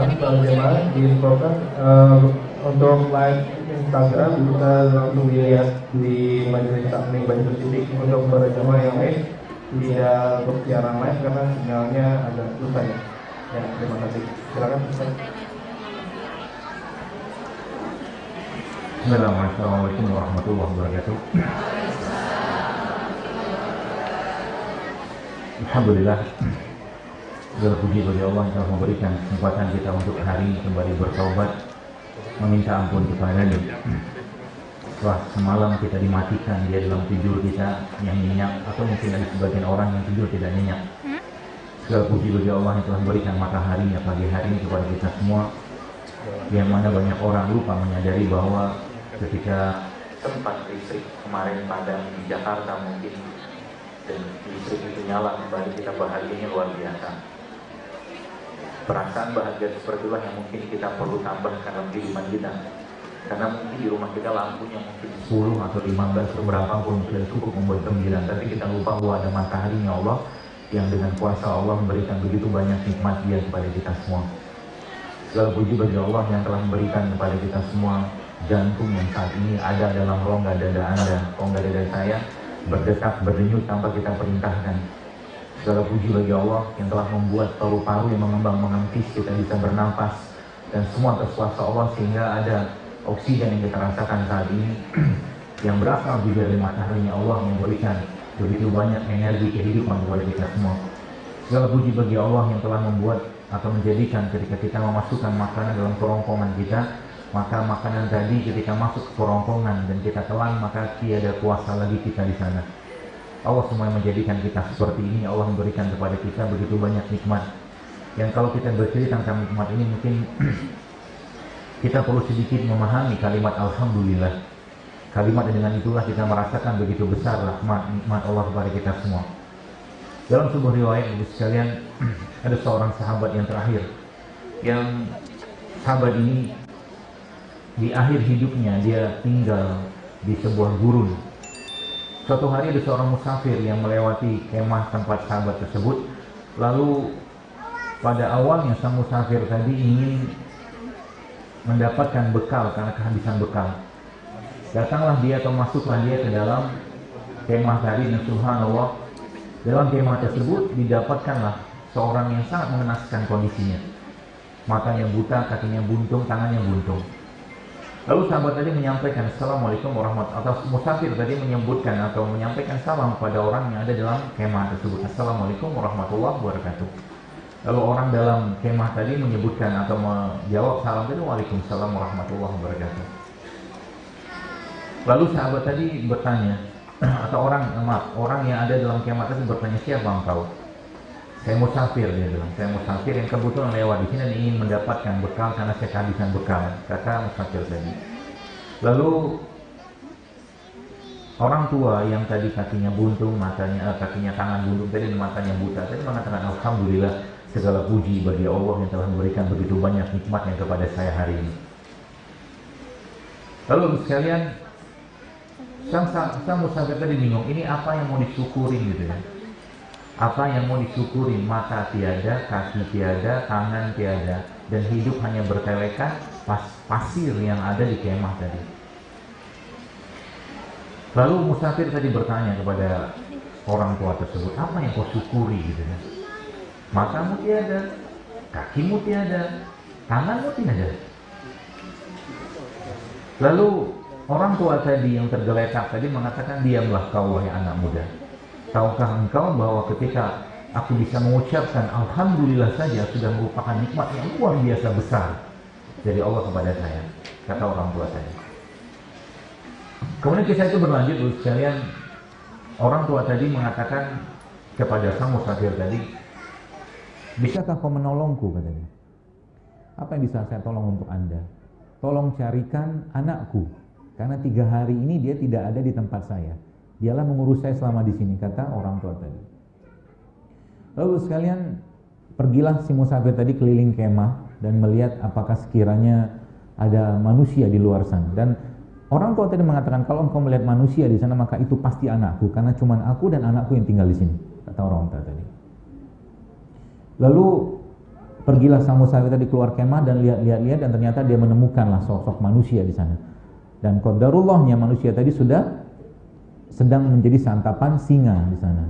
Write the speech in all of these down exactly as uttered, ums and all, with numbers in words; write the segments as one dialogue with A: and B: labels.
A: maaf para jemaah diinfokan uh, untuk live Instagram bisa langsung dilihat di majelis taklim Banjur Titik. Untuk para jemaah yang lain tidak bersiaran live karena sinyalnya agak susah ya. Ya, terima kasih. Silakan Ustaz.
B: Assalamualaikum warahmatullahi wabarakatuh. Alhamdulillah, segala puji bagi Allah yang telah memberikan kesempatan kita untuk hari ini kembali bertaubat, meminta ampun kepada-Nya. Wah, semalam kita dimatikan dia dalam tidur kita yang nyenyak, atau mungkin ada sebagian orang yang tidur tidak nyenyak. Segala puji bagi Allah yang telah memberikan mataharinya pagi hari ini kepada kita semua, yang mana banyak orang lupa menyadari bahwa ketika sempat listrik kemarin padam di Jakarta mungkin, dan listrik itu nyala kembali, kita bahagianya luar biasa. Perasaan bahagia seperti itulah yang mungkin kita perlu tambahkan dalam kehidupan kita. Karena mungkin di rumah kita lampunya mungkin sepuluh atau lima belas atau berapapun sudah cukup membuat gembira, tapi kita lupa bahwa ada mataharinya Allah yang dengan kuasa Allah memberikan begitu banyak nikmat Dia kepada kita semua. Segala puji bagi Allah yang telah memberikan kepada kita semua jantung yang saat ini ada dalam rongga dada Anda, rongga dada saya, berdetak, berdenyut tanpa kita perintahkan. Segala puji bagi Allah yang telah membuat paru-paru yang mengembang mengantis kita bisa bernafas, dan semua atas kuasa Allah sehingga ada oksigen yang kita rasakan saat ini yang berasal juga dari mataharinya Allah yang memberikan begitu banyak energi kehidupan kepada kita semua. Segala puji bagi Allah yang telah membuat atau menjadikan ketika kita memasukkan makanan dalam kerongkongan kita, maka makanan tadi ketika masuk ke kerongkongan dan kita telan, maka tiada kuasa lagi kita di sana. Allah semua menjadikan kita seperti ini. Allah memberikan kepada kita begitu banyak nikmat yang kalau kita bercerita tentang nikmat ini mungkin kita perlu sedikit memahami kalimat Alhamdulillah. Kalimat dengan itulah kita merasakan begitu besar rahmat nikmat Allah kepada kita semua. Dalam sebuah riwayat Ibu sekalian, ada seorang sahabat yang terakhir, yang sahabat ini di akhir hidupnya dia tinggal di sebuah gurun. Suatu hari ada seorang musafir yang melewati kemah tempat sahabat tersebut. Lalu pada awalnya sang musafir tadi ingin mendapatkan bekal karena kehabisan bekal. Datanglah dia atau masuklah dia ke dalam kemah tadi, dan subhanallah, dalam kemah tersebut didapatkanlah seorang yang sangat mengenaskan kondisinya. Matanya buta, kakinya buntung, tangannya buntung. Lalu sahabat tadi menyampaikan Assalamualaikum warahmatullahi wabarakatuh. Atau musafir tadi menyebutkan atau menyampaikan salam kepada orang yang ada dalam kemah tersebut, Assalamualaikum warahmatullahi wabarakatuh. Lalu orang dalam kemah tadi menyebutkan atau menjawab salam tadi, Waalaikumsalam warahmatullahi wabarakatuh. Lalu sahabat tadi bertanya, atau orang maaf, orang yang ada dalam kemah tadi bertanya, siapa engkau? Saya musafir, dia bilang, saya musafir yang kebetulan lewat di sini dan ingin mendapatkan bekal karena saya kehabisan bekal, kata musafir tadi. Lalu orang tua yang tadi kakinya buntung, matanya, eh, kakinya tangan buntung tadi, matanya buta tadi mengatakan, Alhamdulillah, segala puji bagi Allah yang telah memberikan begitu banyak nikmatnya kepada saya hari ini. Lalu sekalian, sang, sang musafir tadi bingung, ini apa yang mau disyukurin gitu ya? Apa yang mau disyukuri? Mata tiada, kaki tiada, tangan tiada, dan hidup hanya bertelekan pas pasir yang ada di kemah tadi. Lalu musafir tadi bertanya kepada orang tua tersebut, apa yang kau syukuri gitu ya? Matamu tiada, kakimu tiada, tanganmu tiada. Lalu orang tua tadi yang tergeletak tadi mengatakan, diamlah kau wahai anak muda. Tahukah engkau bahwa ketika aku bisa mengucapkan Alhamdulillah saja sudah merupakan nikmat yang luar biasa besar dari Allah kepada saya, kata orang tua saya. Kemudian kisah itu berlanjut, sekalian. Orang tua tadi mengatakan kepada sang musafir tadi, bisakah kau menolongku, katanya. Apa yang bisa saya tolong untuk Anda? Tolong carikan anakku, karena tiga hari ini dia tidak ada di tempat saya. Dialah mengurus saya selama di sini, kata orang tua tadi. Lalu sekalian, pergilah si musafir tadi keliling kemah dan melihat apakah sekiranya ada manusia di luar sana. Dan orang tua tadi mengatakan, kalau engkau melihat manusia di sana, maka itu pasti anakku, karena cuma aku dan anakku yang tinggal di sini, kata orang tua tadi. Lalu
C: Pergilah sang musafir tadi keluar kemah dan lihat-lihat-lihat, dan ternyata dia menemukanlah sosok manusia di sana. Dan qadarullahnya manusia tadi sudah sedang menjadi santapan singa di sana.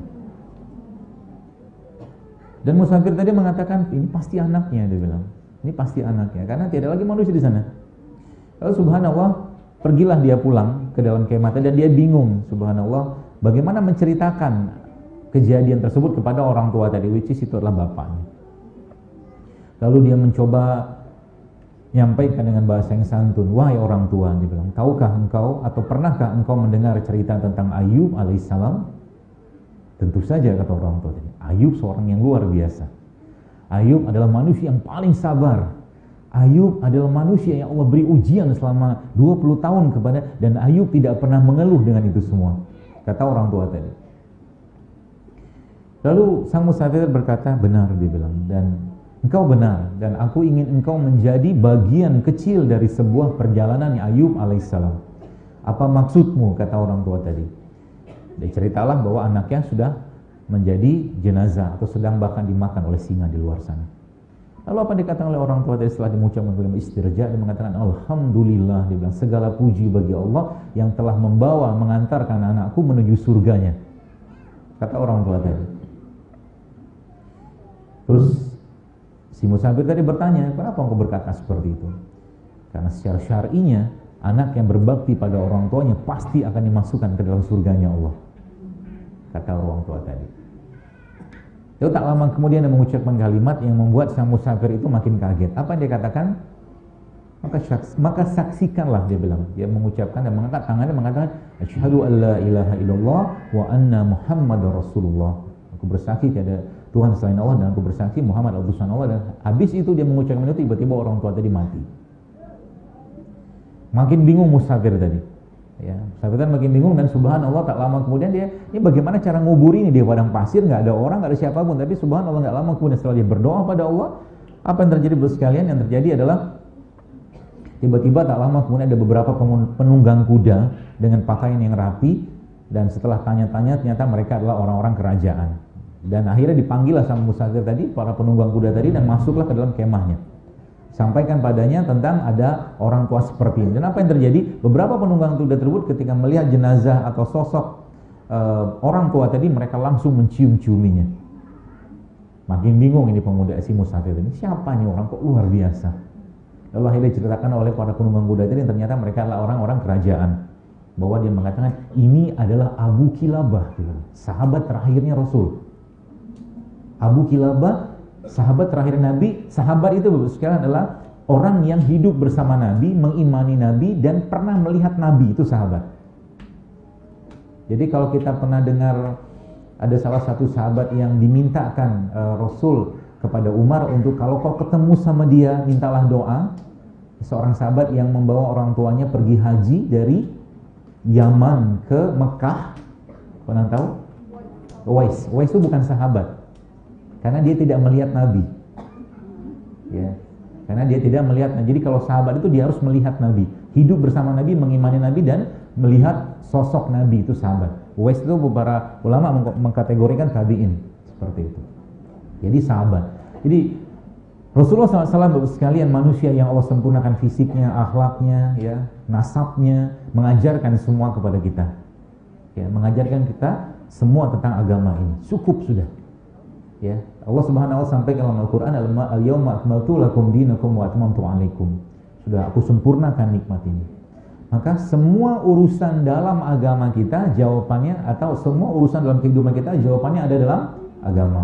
C: Dan musafir tadi mengatakan, ini pasti anaknya, dia bilang. Ini pasti anaknya, karena tidak ada lagi manusia di sana. Lalu subhanallah, pergilah dia pulang ke dalam kemah dan dia bingung, subhanallah, bagaimana menceritakan kejadian tersebut kepada orang tua tadi, which is itu adalah bapaknya. Lalu dia mencoba menyampaikan dengan bahasa yang santun, wahai orang tua, dia bilang, tahukah engkau atau pernahkah engkau mendengar cerita tentang Ayub alaihissalam? Tentu saja, kata orang tua tadi. Ayub seorang yang luar biasa. Ayub adalah manusia yang paling sabar. Ayub adalah manusia yang Allah beri ujian selama dua puluh tahun kepada, dan Ayub tidak pernah mengeluh dengan itu semua, kata orang tua tadi. Lalu sang musafir berkata, benar, dia bilang, dan engkau benar, dan aku ingin engkau menjadi bagian kecil dari sebuah perjalanan Ayub alaihissalam. Apa maksudmu, kata orang tua tadi. Dia ceritalah bahwa anaknya sudah menjadi jenazah atau sedang bahkan dimakan oleh singa di luar sana. Lalu apa dikatakan oleh orang tua tadi setelah diucapkan kalimat istirja? Dia mengatakan, alhamdulillah, dia bilang, segala puji bagi Allah yang telah membawa, mengantarkan anakku menuju surganya, kata orang tua tadi. Terus si musafir tadi bertanya, kenapa engkau berkata seperti itu? Karena secara syar'inya, anak yang berbakti pada orang tuanya pasti akan dimasukkan ke dalam surganya Allah, kata orang tua tadi. Lalu tak lama kemudian dia mengucapkan kalimat yang membuat sang musafir itu makin kaget. Apa yang dia katakan? Maka, syaks, maka saksikanlah, dia bilang. Dia mengucapkan dan mengangkat tangannya mengatakan, asyhadu an la ilaha illallah wa anna Muhammadar Rasulullah. Aku bersaksi tiada Tuhan selain Allah, dan aku bersaksi Muhammad adalah utusan Allah. Dan habis itu dia mengucapkan itu, tiba-tiba orang tua tadi mati. Makin bingung musafir tadi. Ya, musafir tadi makin bingung, dan subhanallah tak lama kemudian dia, ini bagaimana cara ngubur ini di padang pasir, nggak ada orang, nggak ada siapapun, tapi subhanallah nggak lama kemudian setelah dia berdoa pada Allah, apa yang terjadi bos sekalian? Yang terjadi adalah tiba-tiba tak lama kemudian ada beberapa penunggang kuda dengan pakaian yang rapi, dan setelah tanya-tanya ternyata mereka adalah orang-orang kerajaan. Dan akhirnya dipanggillah sama musafir tadi, para penunggang kuda tadi, dan masuklah ke dalam kemahnya. Sampaikan padanya tentang ada orang tua seperti ini. Dan apa yang terjadi? Beberapa penunggang kuda tersebut ketika melihat jenazah atau sosok uh, orang tua tadi, mereka langsung mencium-ciuminya. Makin bingung ini pemuda si musafir ini, siapa nih orang, kok luar biasa. Lalu akhirnya diceritakan oleh para penunggang kuda tadi, dan ternyata mereka adalah orang-orang kerajaan. Bahwa dia mengatakan, ini adalah Abu Kilabah, sahabat terakhirnya Rasul. Abu Kilabah, sahabat terakhir Nabi. Sahabat itu sekalian adalah orang yang hidup bersama Nabi, mengimani Nabi, dan pernah melihat Nabi, itu sahabat. Jadi kalau kita pernah dengar ada salah satu sahabat yang dimintakan uh, Rasul kepada Umar untuk kalau kau ketemu sama dia mintalah doa. Seorang sahabat yang membawa orang tuanya pergi haji dari Yaman ke Mekah. Pernah tahu? Uwais. Uwais itu bukan sahabat, karena dia tidak melihat Nabi, ya, karena dia tidak melihat. Nah, jadi kalau sahabat itu dia harus melihat Nabi, hidup bersama Nabi, mengimani Nabi, dan melihat sosok Nabi, itu sahabat. Uwais itu beberapa ulama mengkategorikan tabi'in seperti itu. Jadi sahabat. Jadi Rasulullah shallallahu alaihi wasallam sekalian manusia yang Allah sempurnakan fisiknya, akhlaknya, ya, nasabnya, mengajarkan semua kepada kita, ya, mengajarkan kita semua tentang agama ini. Cukup sudah. Ya, Allah Subhanahu wa taala sampaikan dalam Al-Qur'an, al-yawma akmaltu lakum dinakum wa atmamtu 'alaikum. Sudah aku sempurnakan nikmat ini. Maka semua urusan dalam agama kita jawabannya, atau semua urusan dalam kehidupan kita jawabannya ada dalam agama.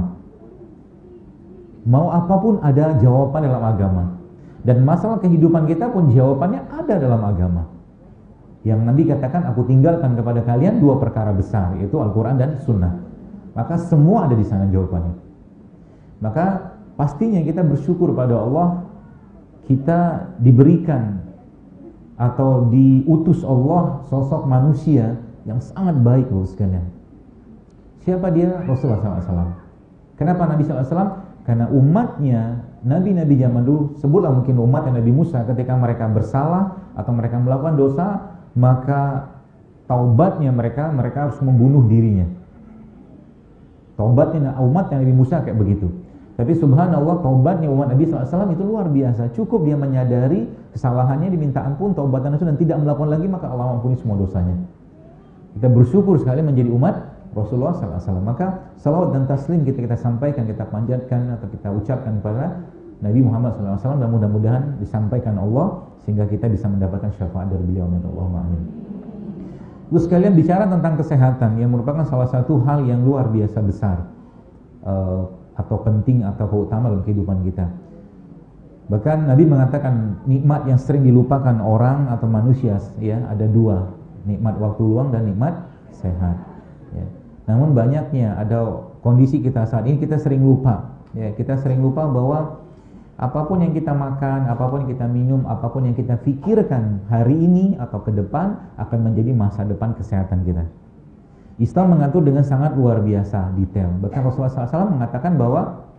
C: Mau apapun ada jawaban dalam agama. Dan masalah kehidupan kita pun jawabannya ada dalam agama. Yang Nabi katakan, aku tinggalkan kepada kalian dua perkara besar, yaitu Al-Qur'an dan Sunnah. Maka semua ada di sana jawabannya. Maka pastinya kita bersyukur pada Allah, kita diberikan atau diutus Allah sosok manusia yang sangat baik, Bapak sekalian. Siapa dia? Rasulullah shallallahu alaihi wasallam. Kenapa Nabi shallallahu alaihi wasallam? Karena umatnya, nabi-nabi zaman dulu, sebutlah mungkin umat Nabi Musa, ketika mereka bersalah atau mereka melakukan dosa, maka taubatnya mereka, mereka harus membunuh dirinya. Taubatnya umat Nabi Musa kayak begitu. Tapi subhanallah, taubatnya umat Nabi shallallahu alaihi wasallam itu luar biasa. Cukup dia menyadari kesalahannya, diminta ampun, taubatan nasuh, dan tidak melakukan lagi, maka Allah ampuni semua dosanya. Kita bersyukur sekali menjadi umat Rasulullah shallallahu alaihi wasallam. Maka salawat dan taslim kita kita sampaikan, kita panjatkan atau kita ucapkan kepada Nabi Muhammad shallallahu alaihi wasallam, dan mudah-mudahan disampaikan Allah sehingga kita bisa mendapatkan syafaat dari beliau. Allahumma amin. Terus sekalian, bicara tentang kesehatan yang merupakan salah satu hal yang luar biasa besar uh, atau penting atau keutamaan dalam kehidupan kita. Bahkan Nabi mengatakan nikmat yang sering dilupakan orang atau manusia, ya, ada dua, nikmat waktu luang dan nikmat sehat. Ya. Namun banyaknya ada kondisi kita saat ini, kita sering lupa. Ya, kita sering lupa bahwa apapun yang kita makan, apapun yang kita minum, apapun yang kita pikirkan hari ini atau ke depan akan menjadi masa depan kesehatan kita. Islam mengatur dengan sangat luar biasa detail. Bahkan Rasulullah shallallahu alaihi wasallam mengatakan bahwa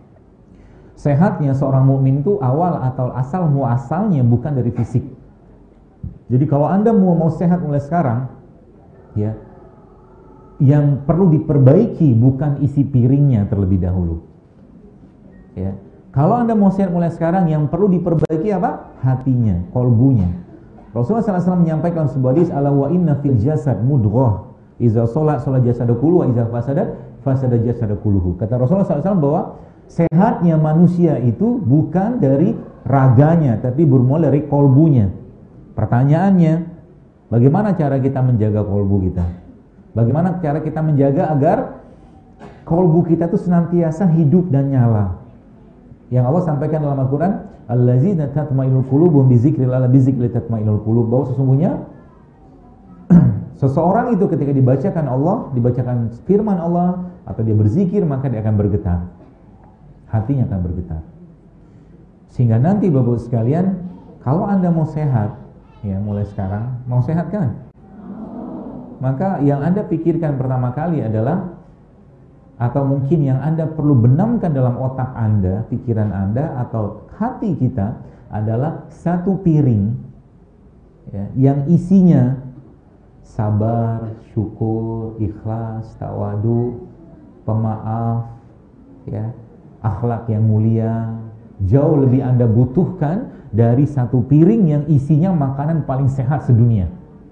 C: sehatnya seorang mukmin itu awal atau asal muasalnya bukan dari fisik. Jadi kalau Anda mau mau sehat mulai sekarang, ya, yang perlu diperbaiki bukan isi piringnya terlebih dahulu. Ya. Kalau Anda mau sehat mulai sekarang, yang perlu diperbaiki apa? Hatinya, kolbunya. Rasulullah shallallahu alaihi wasallam menyampaikan sebuah hadis, ala wa inna fil jasad mudghah, iza sholat sholat jasadu kulluhu, wa iza fasadat fasadat jasadu kulluhu. Kata Rasulullah shallallahu alaihi wasallam bahwa sehatnya manusia itu bukan dari raganya, tapi bermula dari kolbunya. Pertanyaannya, bagaimana cara kita menjaga kolbu kita? Bagaimana cara kita menjaga agar kolbu kita itu senantiasa hidup dan nyala? Yang Allah sampaikan dalam Al-Quran, allazina tatma'innul qulubuhum bizikrillah bizikri tatma'innul qulub, bahwa sesungguhnya seseorang itu ketika dibacakan Allah, dibacakan firman Allah atau dia berzikir, maka dia akan bergetar. Hatinya akan bergetar. Sehingga nanti Bapak sekalian, kalau Anda mau sehat, ya mulai sekarang, mau sehat kan? Maka yang Anda pikirkan pertama kali adalah, atau mungkin yang Anda perlu benamkan dalam otak Anda, pikiran Anda atau hati kita adalah satu piring, ya, yang isinya sabar, syukur, ikhlas, tawadu, pemaaf, ya, akhlak yang mulia. Jauh lebih Anda butuhkan dari satu piring yang isinya makanan paling sehat sedunia.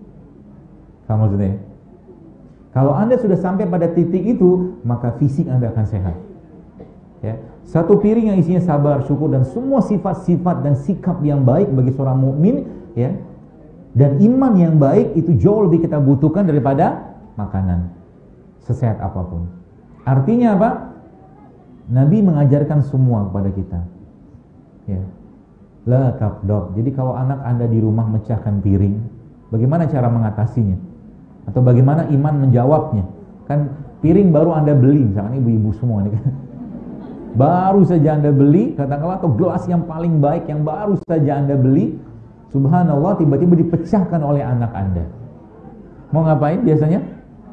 C: Kamu maksudnya? Kalau Anda sudah sampai pada titik itu, maka fisik Anda akan sehat. Ya. Satu piring yang isinya sabar, syukur, dan semua sifat-sifat dan sikap yang baik bagi seorang mukmin, ya, dan iman yang baik itu jauh lebih kita butuhkan daripada makanan, sesehat apapun. Artinya apa? Nabi mengajarkan semua kepada kita. Ya. La taqdab. Jadi kalau anak Anda di rumah mecahkan piring, bagaimana cara mengatasinya? Atau bagaimana iman menjawabnya? Kan piring baru Anda beli, misalkan ibu-ibu semua nih kan, baru saja Anda beli, katakanlah, atau gelas yang paling baik yang baru saja Anda beli, subhanallah, tiba-tiba dipecahkan oleh anak Anda. Mau ngapain biasanya?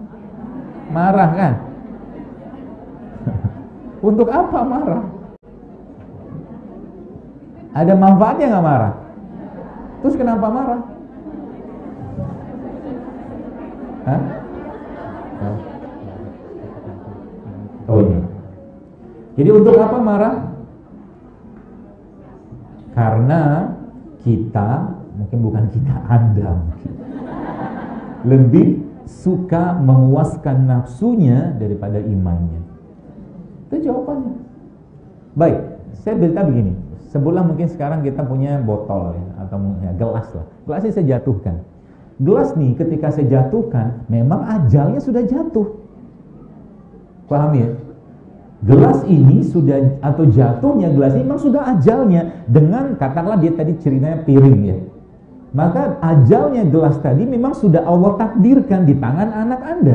C: Marah kan? Untuk apa marah? Ada manfaatnya nggak marah? Terus kenapa marah? Hah? Oh ini. Jadi untuk apa marah? Karena kita, mungkin bukan kita, Anda mungkin, lebih suka memuaskan nafsunya daripada imannya. Itu jawabannya. Baik, saya berita begini. Sebulan mungkin sekarang kita punya botol ya, atau ya, gelas lah. Gelasnya saya jatuhkan. Gelas nih ketika saya jatuhkan, memang ajalnya sudah jatuh. Paham ya? Gelas ini sudah, atau jatuhnya gelas ini memang sudah ajalnya. Dengan katakanlah dia tadi ceritanya piring ya, maka ajalnya gelas tadi memang sudah Allah takdirkan di tangan anak Anda.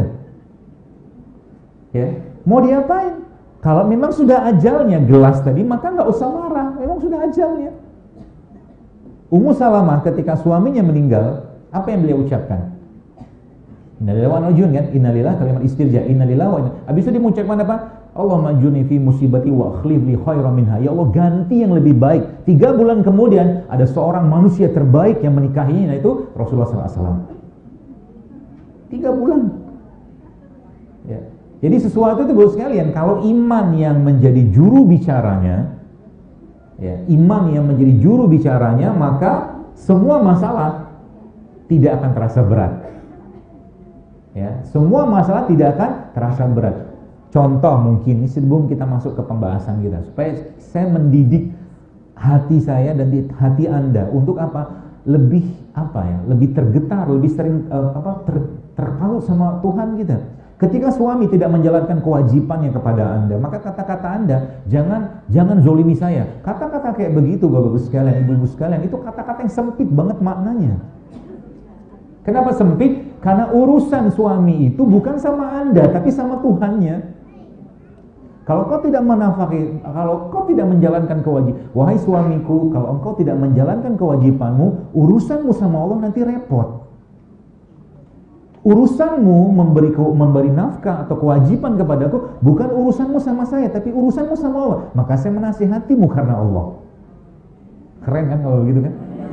C: Ya, mau diapain? Kalau memang sudah ajalnya gelas tadi, maka nggak usah marah. Memang sudah ajalnya. Ummu Salamah ketika suaminya meninggal, apa yang beliau ucapkan? Innalillahi wa inna ilaihi raji'un kan? Innalillahi kalimat istirja. Innalillahi wa inna. Habis itu dia mengucapkan apa? Allahumma ajurni fi musibati wa akhlif li khairan minha. Ya Allah, ganti yang lebih baik. Tiga bulan kemudian ada seorang manusia terbaik yang menikahinya, yaitu Rasulullah sallallahu alaihi wasallam. Tiga bulan. Ya. Jadi sesuatu itu bos sekalian, kalau iman yang menjadi juru bicaranya, ya, iman yang menjadi juru bicaranya, maka semua masalah tidak akan terasa berat. Ya, semua masalah tidak akan terasa berat. Contoh mungkin, ini sebelum kita masuk ke pembahasan kita, supaya saya mendidik hati saya dan di hati Anda untuk apa? Lebih apa ya? Lebih tergetar, lebih sering uh, apa? Ter, terpaut sama Tuhan kita. Ketika suami tidak menjalankan kewajibannya kepada Anda, maka kata-kata Anda jangan jangan zolimi saya. Kata-kata kayak begitu Bapak-Ibu sekalian, Ibu-ibu sekalian, itu kata-kata yang sempit banget maknanya. Kenapa sempit? Karena urusan suami itu bukan sama Anda, tapi sama Tuhannya. Kalau kau tidak menafkahi, kalau kau tidak menjalankan kewajiban, wahai suamiku, kalau engkau tidak menjalankan kewajibanmu, urusanmu sama Allah nanti repot. Urusanmu memberi memberi nafkah atau kewajiban kepadaku bukan urusanmu sama saya, tapi urusanmu sama Allah. Maka saya menasihatimu karena Allah. Keren kan kalau begitu kan?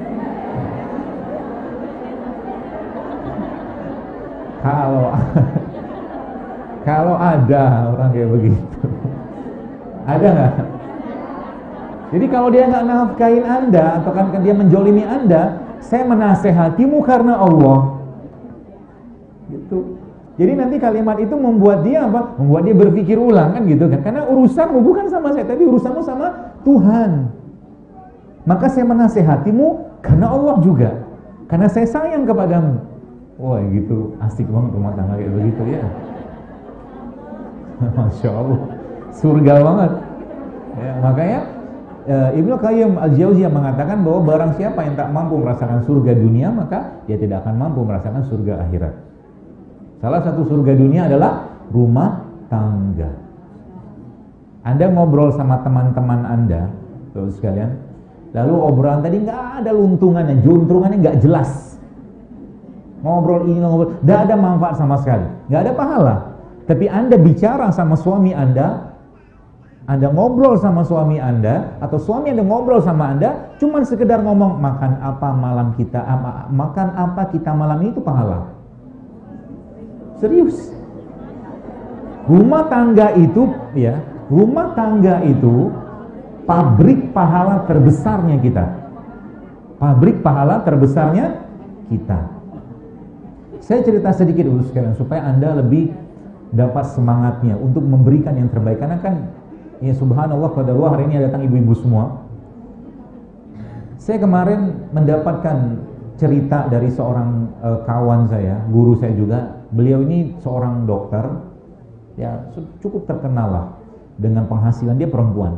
C: Kalau kalau ada orang kayak begitu, ada nggak? Jadi kalau dia nggak nafkahin Anda atau kan dia menjolimi Anda, saya menasehatimu karena Allah. Gitu. Jadi nanti kalimat itu membuat dia apa? Membuat dia berpikir ulang kan gitu kan? Karena urusanmu bukan sama saya, tapi urusanmu sama Tuhan. Maka saya menasehatimu karena Allah juga, karena saya sayang kepadamu. Wah gitu, asik banget rumah tangga kayak begitu ya. Masya Allah, surga banget. Ya, makanya e, Ibnu Qayyim Al-Jauziyah mengatakan bahwa barang siapa yang tak mampu merasakan surga dunia, maka dia tidak akan mampu merasakan surga akhirat. Salah satu surga dunia adalah rumah tangga. Anda ngobrol sama teman-teman Anda, terus sekalian, lalu obrolan tadi nggak ada luntungannya, juntrungannya nggak jelas. Ngobrol ini ngobrol, nggak ada manfaat sama sekali, nggak ada pahala. Tapi Anda bicara sama suami Anda, Anda ngobrol sama suami Anda, atau suami Anda ngobrol sama Anda, cuman sekedar ngomong makan apa malam kita, apa, makan apa kita malam ini, itu pahala. Serius. Rumah tangga itu ya, rumah tangga itu pabrik pahala terbesarnya kita. Pabrik pahala terbesarnya kita. Saya cerita sedikit dulu sekalian supaya Anda lebih dapat semangatnya untuk memberikan yang terbaik. Karena kan ya subhanallah, qadarullah, hari ini datang ibu-ibu semua. Saya kemarin mendapatkan cerita dari seorang uh, kawan saya, guru saya juga. Beliau ini seorang dokter, ya cukup terkenal lah dengan penghasilan, dia perempuan.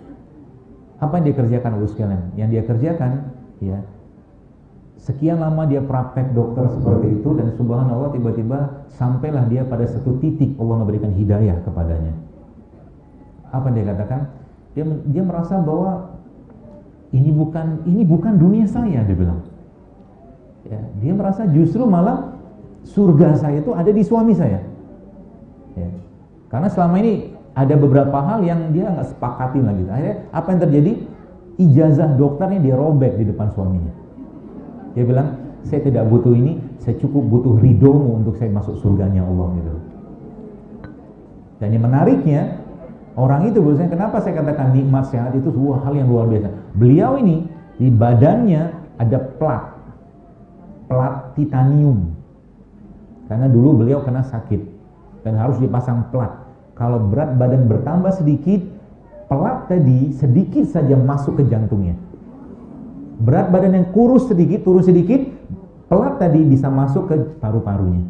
C: Apa yang dia kerjakan Ibu sekalian? Yang dia kerjakan, ya sekian lama dia praktek dokter seperti itu, dan subhanallah tiba-tiba sampailah dia pada satu titik Allah memberikan hidayah kepadanya. Apa yang dia katakan? Dia dia merasa bahwa ini bukan ini bukan dunia saya, dia bilang. Ya, dia merasa justru malah surga saya itu ada di suami saya. Ya. Karena selama ini ada beberapa hal yang dia nggak sepakatin lagi. Akhirnya apa yang terjadi? Ijazah dokternya dia robek di depan suaminya. Dia bilang, saya tidak butuh ini, saya cukup butuh ridhomu untuk saya masuk surganya Allah gitu. Dan yang menariknya, orang itu biasanya kenapa saya katakan nikmat sehat itu sebuah hal yang luar biasa. Beliau ini di badannya ada plat, plat titanium. Karena dulu beliau kena sakit dan harus dipasang plat. Kalau berat badan bertambah sedikit, plat tadi sedikit saja masuk ke jantungnya. Berat badan yang kurus sedikit, turun sedikit, plat tadi bisa masuk ke paru-parunya.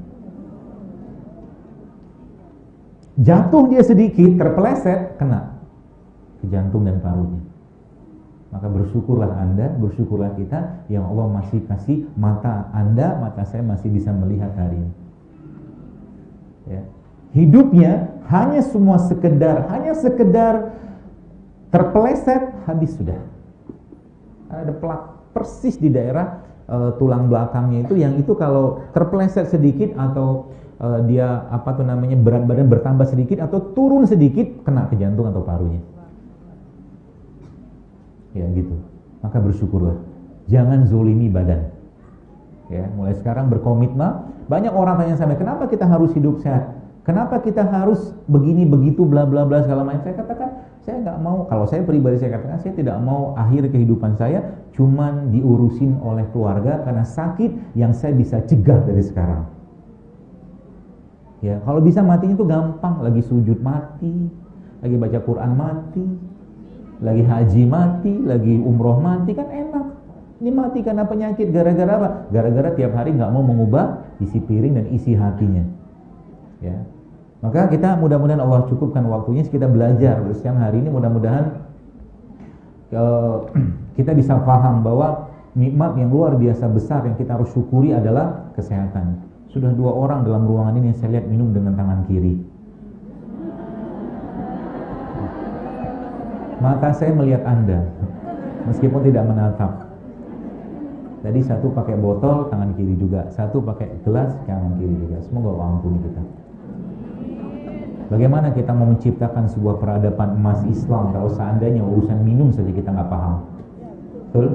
C: Jatuh dia sedikit, terpeleset, kena ke jantung dan parunya. Maka bersyukurlah Anda, bersyukurlah kita yang Allah masih kasih mata Anda, mata saya masih bisa melihat hari ini. Ya. Hidupnya hanya semua sekedar, hanya sekedar terpeleset, habis sudah. Ada plat persis di daerah uh, tulang belakangnya itu, yang itu kalau terpeleset sedikit atau uh, dia apa tuh namanya berat badan bertambah sedikit atau turun sedikit, kena ke jantung atau parunya. Ya gitu. Maka bersyukurlah. Jangan zolimi badan. Ya, mulai sekarang berkomitmen. Banyak orang tanya sama, kenapa kita harus hidup sehat? Kenapa kita harus begini begitu bla bla bla segala macam? Saya katakan saya nggak mau. Kalau saya pribadi saya katakan saya tidak mau akhir kehidupan saya cuman diurusin oleh keluarga karena sakit yang saya bisa cegah dari sekarang. Ya, kalau bisa matinya itu gampang. Lagi sujud mati, lagi baca Quran mati, lagi haji mati, lagi umroh mati, kan enak. Ini mati karena penyakit, gara-gara apa? Gara-gara tiap hari nggak mau mengubah isi piring dan isi hatinya. Ya, maka kita mudah-mudahan Allah cukupkan waktunya kita belajar siang hari ini. Mudah-mudahan uh, kita bisa paham bahwa nikmat yang luar biasa besar yang kita harus syukuri adalah kesehatan. Sudah dua orang dalam ruangan ini yang saya lihat minum dengan tangan kiri. Mata saya melihat Anda, meskipun tidak menatap. Tadi satu pakai botol, tangan kiri juga. Satu pakai gelas, tangan kiri juga. Semoga Allah ampuni kita. Bagaimana kita mau menciptakan sebuah peradaban emas Islam kalau seandainya urusan minum saja kita nggak paham? Betul?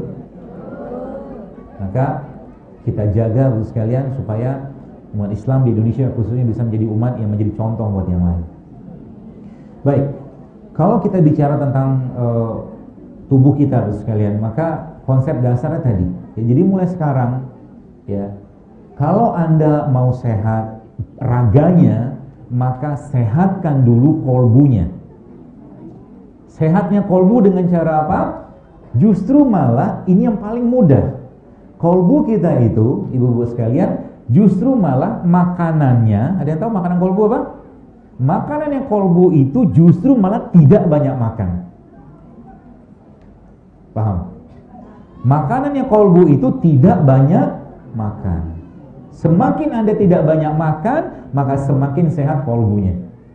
C: Maka kita jaga sekalian supaya umat Islam di Indonesia khususnya bisa menjadi umat yang menjadi contoh buat yang lain. Baik, kalau kita bicara tentang uh, tubuh kita sekalian, maka konsep dasarnya tadi. Ya, jadi mulai sekarang, ya, kalau Anda mau sehat raganya, maka sehatkan dulu kolbunya. Sehatnya kolbu dengan cara apa? Justru malah ini yang paling mudah. Kolbu kita itu, ibu-ibu sekalian, justru malah makanannya, ada yang tahu makanan kolbu apa? Makanannya kolbu itu justru malah tidak banyak makan. Paham? Makanannya kolbu itu tidak banyak makan. Semakin Anda tidak banyak makan, maka semakin sehat kolbunya.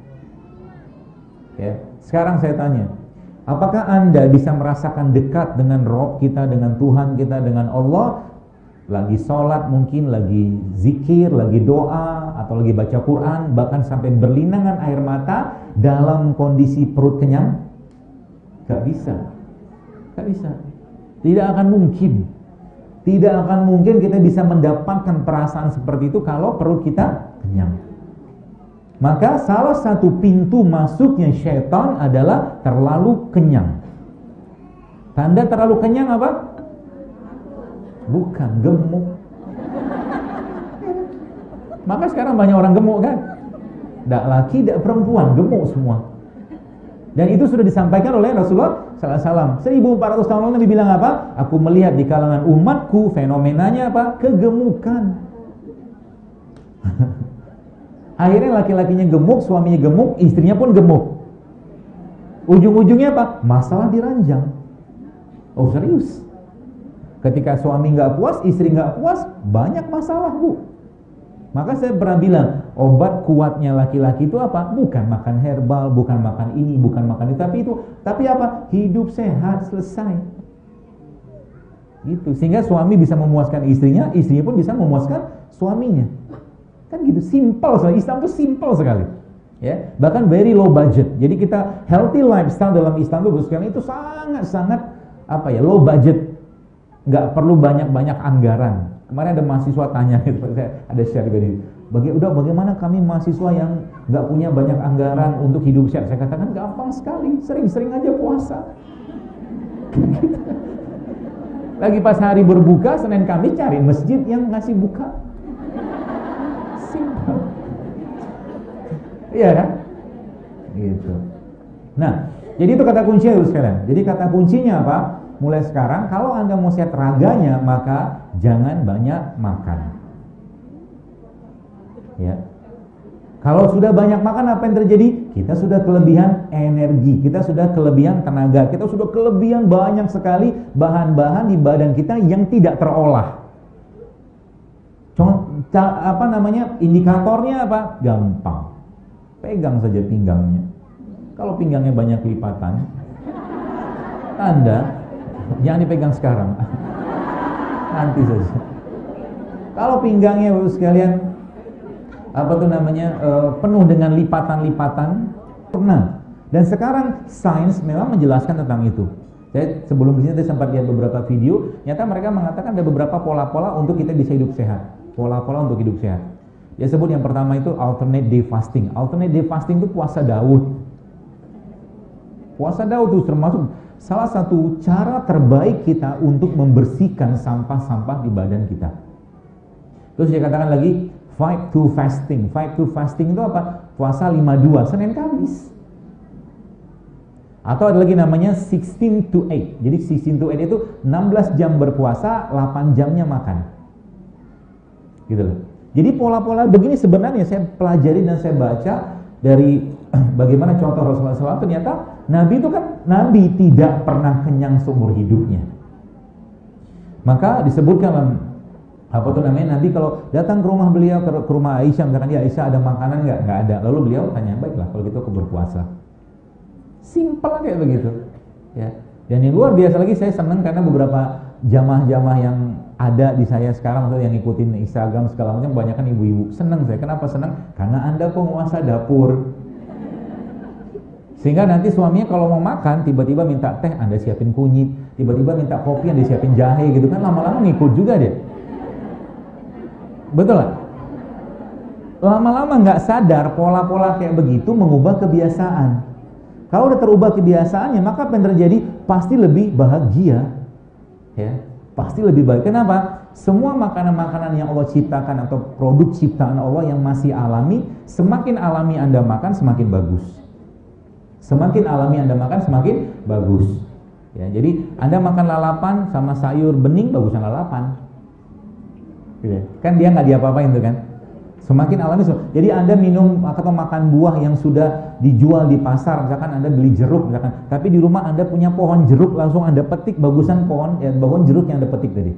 C: Ya, sekarang saya tanya, apakah Anda bisa merasakan dekat dengan Rob kita, dengan Tuhan kita, dengan Allah? Lagi sholat mungkin, lagi zikir, lagi doa, atau lagi baca Quran, bahkan sampai berlinangan air mata dalam kondisi perut kenyang? Gak bisa. Gak bisa. Tidak akan mungkin. Tidak akan mungkin kita bisa mendapatkan perasaan seperti itu kalau perut kita kenyang. Maka salah satu pintu masuknya syaitan adalah terlalu kenyang. Tanda terlalu kenyang apa? Bukan, gemuk. Maka sekarang banyak orang gemuk kan? Tidak laki, tidak perempuan, gemuk semua. Dan itu sudah disampaikan oleh Rasulullah sallallahu alaihi wasallam. seribu empat ratus tahun lalu Nabi bilang apa? Aku melihat di kalangan umatku fenomenanya apa? Kegemukan. Akhirnya laki-lakinya gemuk, suaminya gemuk, istrinya pun gemuk. Ujung-ujungnya apa? Masalah di ranjang. Oh serius? Ketika suami nggak puas, istri nggak puas, banyak masalah, Bu. Maka saya pernah bilang, obat kuatnya laki-laki itu apa? Bukan makan herbal, bukan makan ini, bukan makan itu, tapi itu, tapi apa? Hidup sehat, selesai. Gitu. Sehingga suami bisa memuaskan istrinya, istrinya pun bisa memuaskan suaminya. Kan gitu, simple sekali. Islam itu simple sekali. Ya, bahkan very low budget. Jadi kita healthy lifestyle dalam Islam itu sekarang itu sangat-sangat apa ya, low budget. Nggak perlu banyak-banyak anggaran. Kemarin ada mahasiswa tanya gitu, saya ada share begini. Baga udah bagaimana kami mahasiswa yang nggak punya banyak anggaran untuk hidup sehat? Saya katakan gampang sekali, sering-sering aja puasa. Lagi pas hari berbuka Senin Kamis cari masjid yang ngasih buka. Simple. Iya kan? Gitu. Nah, jadi itu kata kuncinya dulu sekalian. Jadi kata kuncinya apa? Mulai sekarang kalau Anda mau sehat raganya, maka jangan banyak makan. Ya. Kalau sudah banyak makan, apa yang terjadi? Kita sudah kelebihan energi, kita sudah kelebihan tenaga, kita sudah kelebihan banyak sekali bahan-bahan di badan kita yang tidak terolah. Contoh, apa namanya? Indikatornya apa? Gampang. Pegang saja pinggangnya. Kalau pinggangnya banyak lipatan, tanda jangan dipegang sekarang. Nanti saja. Kalau pinggangnya sekalian apa tuh namanya e, penuh dengan lipatan-lipatan, pernah. Dan sekarang sains memang menjelaskan tentang itu. Saya sebelum ini saya sempat lihat beberapa video, nyata mereka mengatakan ada beberapa pola-pola untuk kita bisa hidup sehat. Pola-pola untuk hidup sehat. Dia sebut yang pertama itu alternate day fasting. Alternate day fasting itu puasa Daud. Puasa Daud itu termasuk salah satu cara terbaik kita untuk membersihkan sampah-sampah di badan kita. Terus dia katakan lagi five to fasting. Five to fasting itu apa? Puasa lima dua Senin Kamis. Atau ada lagi namanya sixteen to eight. Jadi sixteen to eight itu enam belas jam berpuasa, delapan jamnya makan. Gitu loh. Jadi pola-pola begini sebenarnya saya pelajari dan saya baca dari bagaimana contoh Rasulullah shallallahu alaihi wasallam. Ternyata Nabi itu kan Nabi tidak pernah kenyang seumur hidupnya. Maka disebutkan apa tuh namanya, Nabi kalau datang ke rumah beliau, ke, ke rumah Aisyah, misalkan dia Aisyah ada makanan nggak? Nggak ada. Lalu beliau tanya, baiklah kalau gitu aku berpuasa. Simpel kayak begitu. Ya. Dan yang luar biasa lagi saya senang karena beberapa jamaah-jamaah yang ada di saya sekarang, maksudnya yang ngikutin Instagram segala macam, banyak kan ibu-ibu. Senang saya. Kenapa senang? Karena Anda penguasa dapur. Sehingga nanti suaminya kalau mau makan, tiba-tiba minta teh, Anda siapin kunyit. Tiba-tiba minta kopi, Anda siapin jahe gitu kan, lama-lama ngikut juga dia. Betul lah. Lama-lama nggak sadar pola-pola kayak begitu mengubah kebiasaan. Kalau udah terubah kebiasaannya, maka apa yang terjadi? Pasti lebih bahagia. Ya. Pasti lebih baik. Kenapa? Semua makanan-makanan yang Allah ciptakan atau produk ciptaan Allah yang masih alami, semakin alami Anda makan, semakin bagus. Semakin alami Anda makan, semakin bagus. Ya, jadi Anda makan lalapan sama sayur bening, bagusan lalapan. Gitu. Kan dia nggak diapa-apain tuh kan. Semakin alami. Jadi Anda minum atau makan buah yang sudah dijual di pasar, misalkan Anda beli jeruk misalkan, tapi di rumah Anda punya pohon jeruk, langsung Anda petik bagusan pohon ya, pohon jeruk yang Anda petik tadi.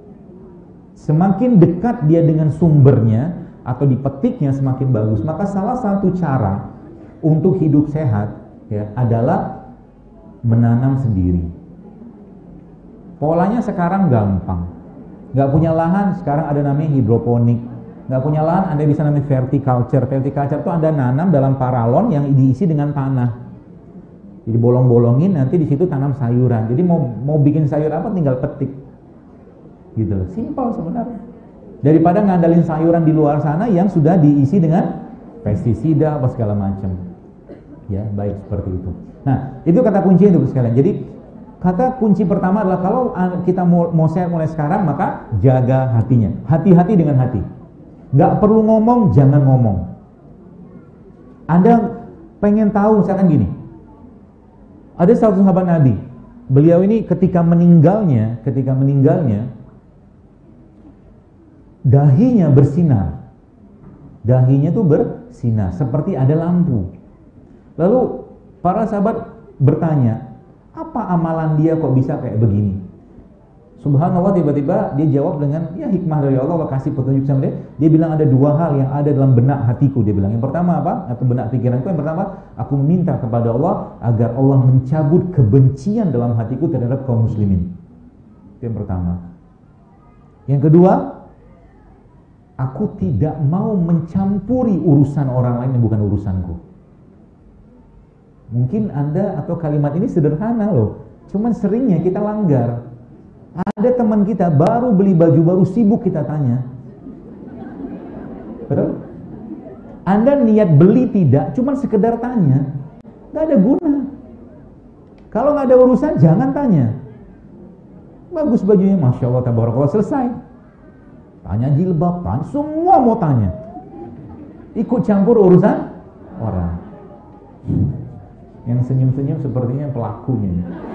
C: Semakin dekat dia dengan sumbernya atau dipetiknya semakin bagus. Maka salah satu cara untuk hidup sehat ya adalah menanam sendiri. Polanya sekarang gampang. Nggak punya lahan, sekarang ada namanya hidroponik. Nggak punya lahan, Anda bisa namanya verticulture. Verticulture itu Anda nanam dalam paralon yang diisi dengan tanah. Jadi bolong-bolongin, nanti di situ tanam sayuran. Jadi mau mau bikin sayur apa tinggal petik. Gitu loh, simpel sebenarnya. Daripada ngandalin sayuran di luar sana yang sudah diisi dengan pestisida apa segala macam. Ya, baik seperti itu. Nah, itu kata kunci untuk sekalian. Jadi kata kunci pertama adalah kalau kita mau, mau sehat mulai sekarang, maka jaga hatinya. Hati-hati dengan hati. Nggak perlu ngomong, jangan ngomong. Anda pengen tahu, misalkan gini, ada satu sahabat Nabi, beliau ini ketika meninggalnya, ketika meninggalnya, dahinya bersinar, dahinya tuh bersinar, seperti ada lampu. Lalu para sahabat bertanya, apa amalan dia kok bisa kayak begini? Subhanallah, tiba-tiba dia jawab dengan ya hikmah dari Allah, Allah kasih petunjuk sama dia. Dia bilang ada dua hal yang ada dalam benak hatiku. Dia bilang yang pertama apa? Atau benak pikiranku yang pertama, aku meminta kepada Allah agar Allah mencabut kebencian dalam hatiku terhadap kaum muslimin. Itu yang pertama. Yang kedua, aku tidak mau mencampuri urusan orang lain yang bukan urusanku. Mungkin Anda atau kalimat ini sederhana loh, cuman seringnya kita langgar. Ada teman kita baru beli baju baru, sibuk kita tanya. Betul? Anda niat beli tidak, cuma sekedar tanya, nggak ada guna. Kalau nggak ada urusan, jangan tanya. Bagus bajunya, masya Allah, tabarakallah, selesai. Tanya jilbab, tanya, semua mau tanya. Ikut campur urusan orang. Yang senyum-senyum sepertinya pelakunya.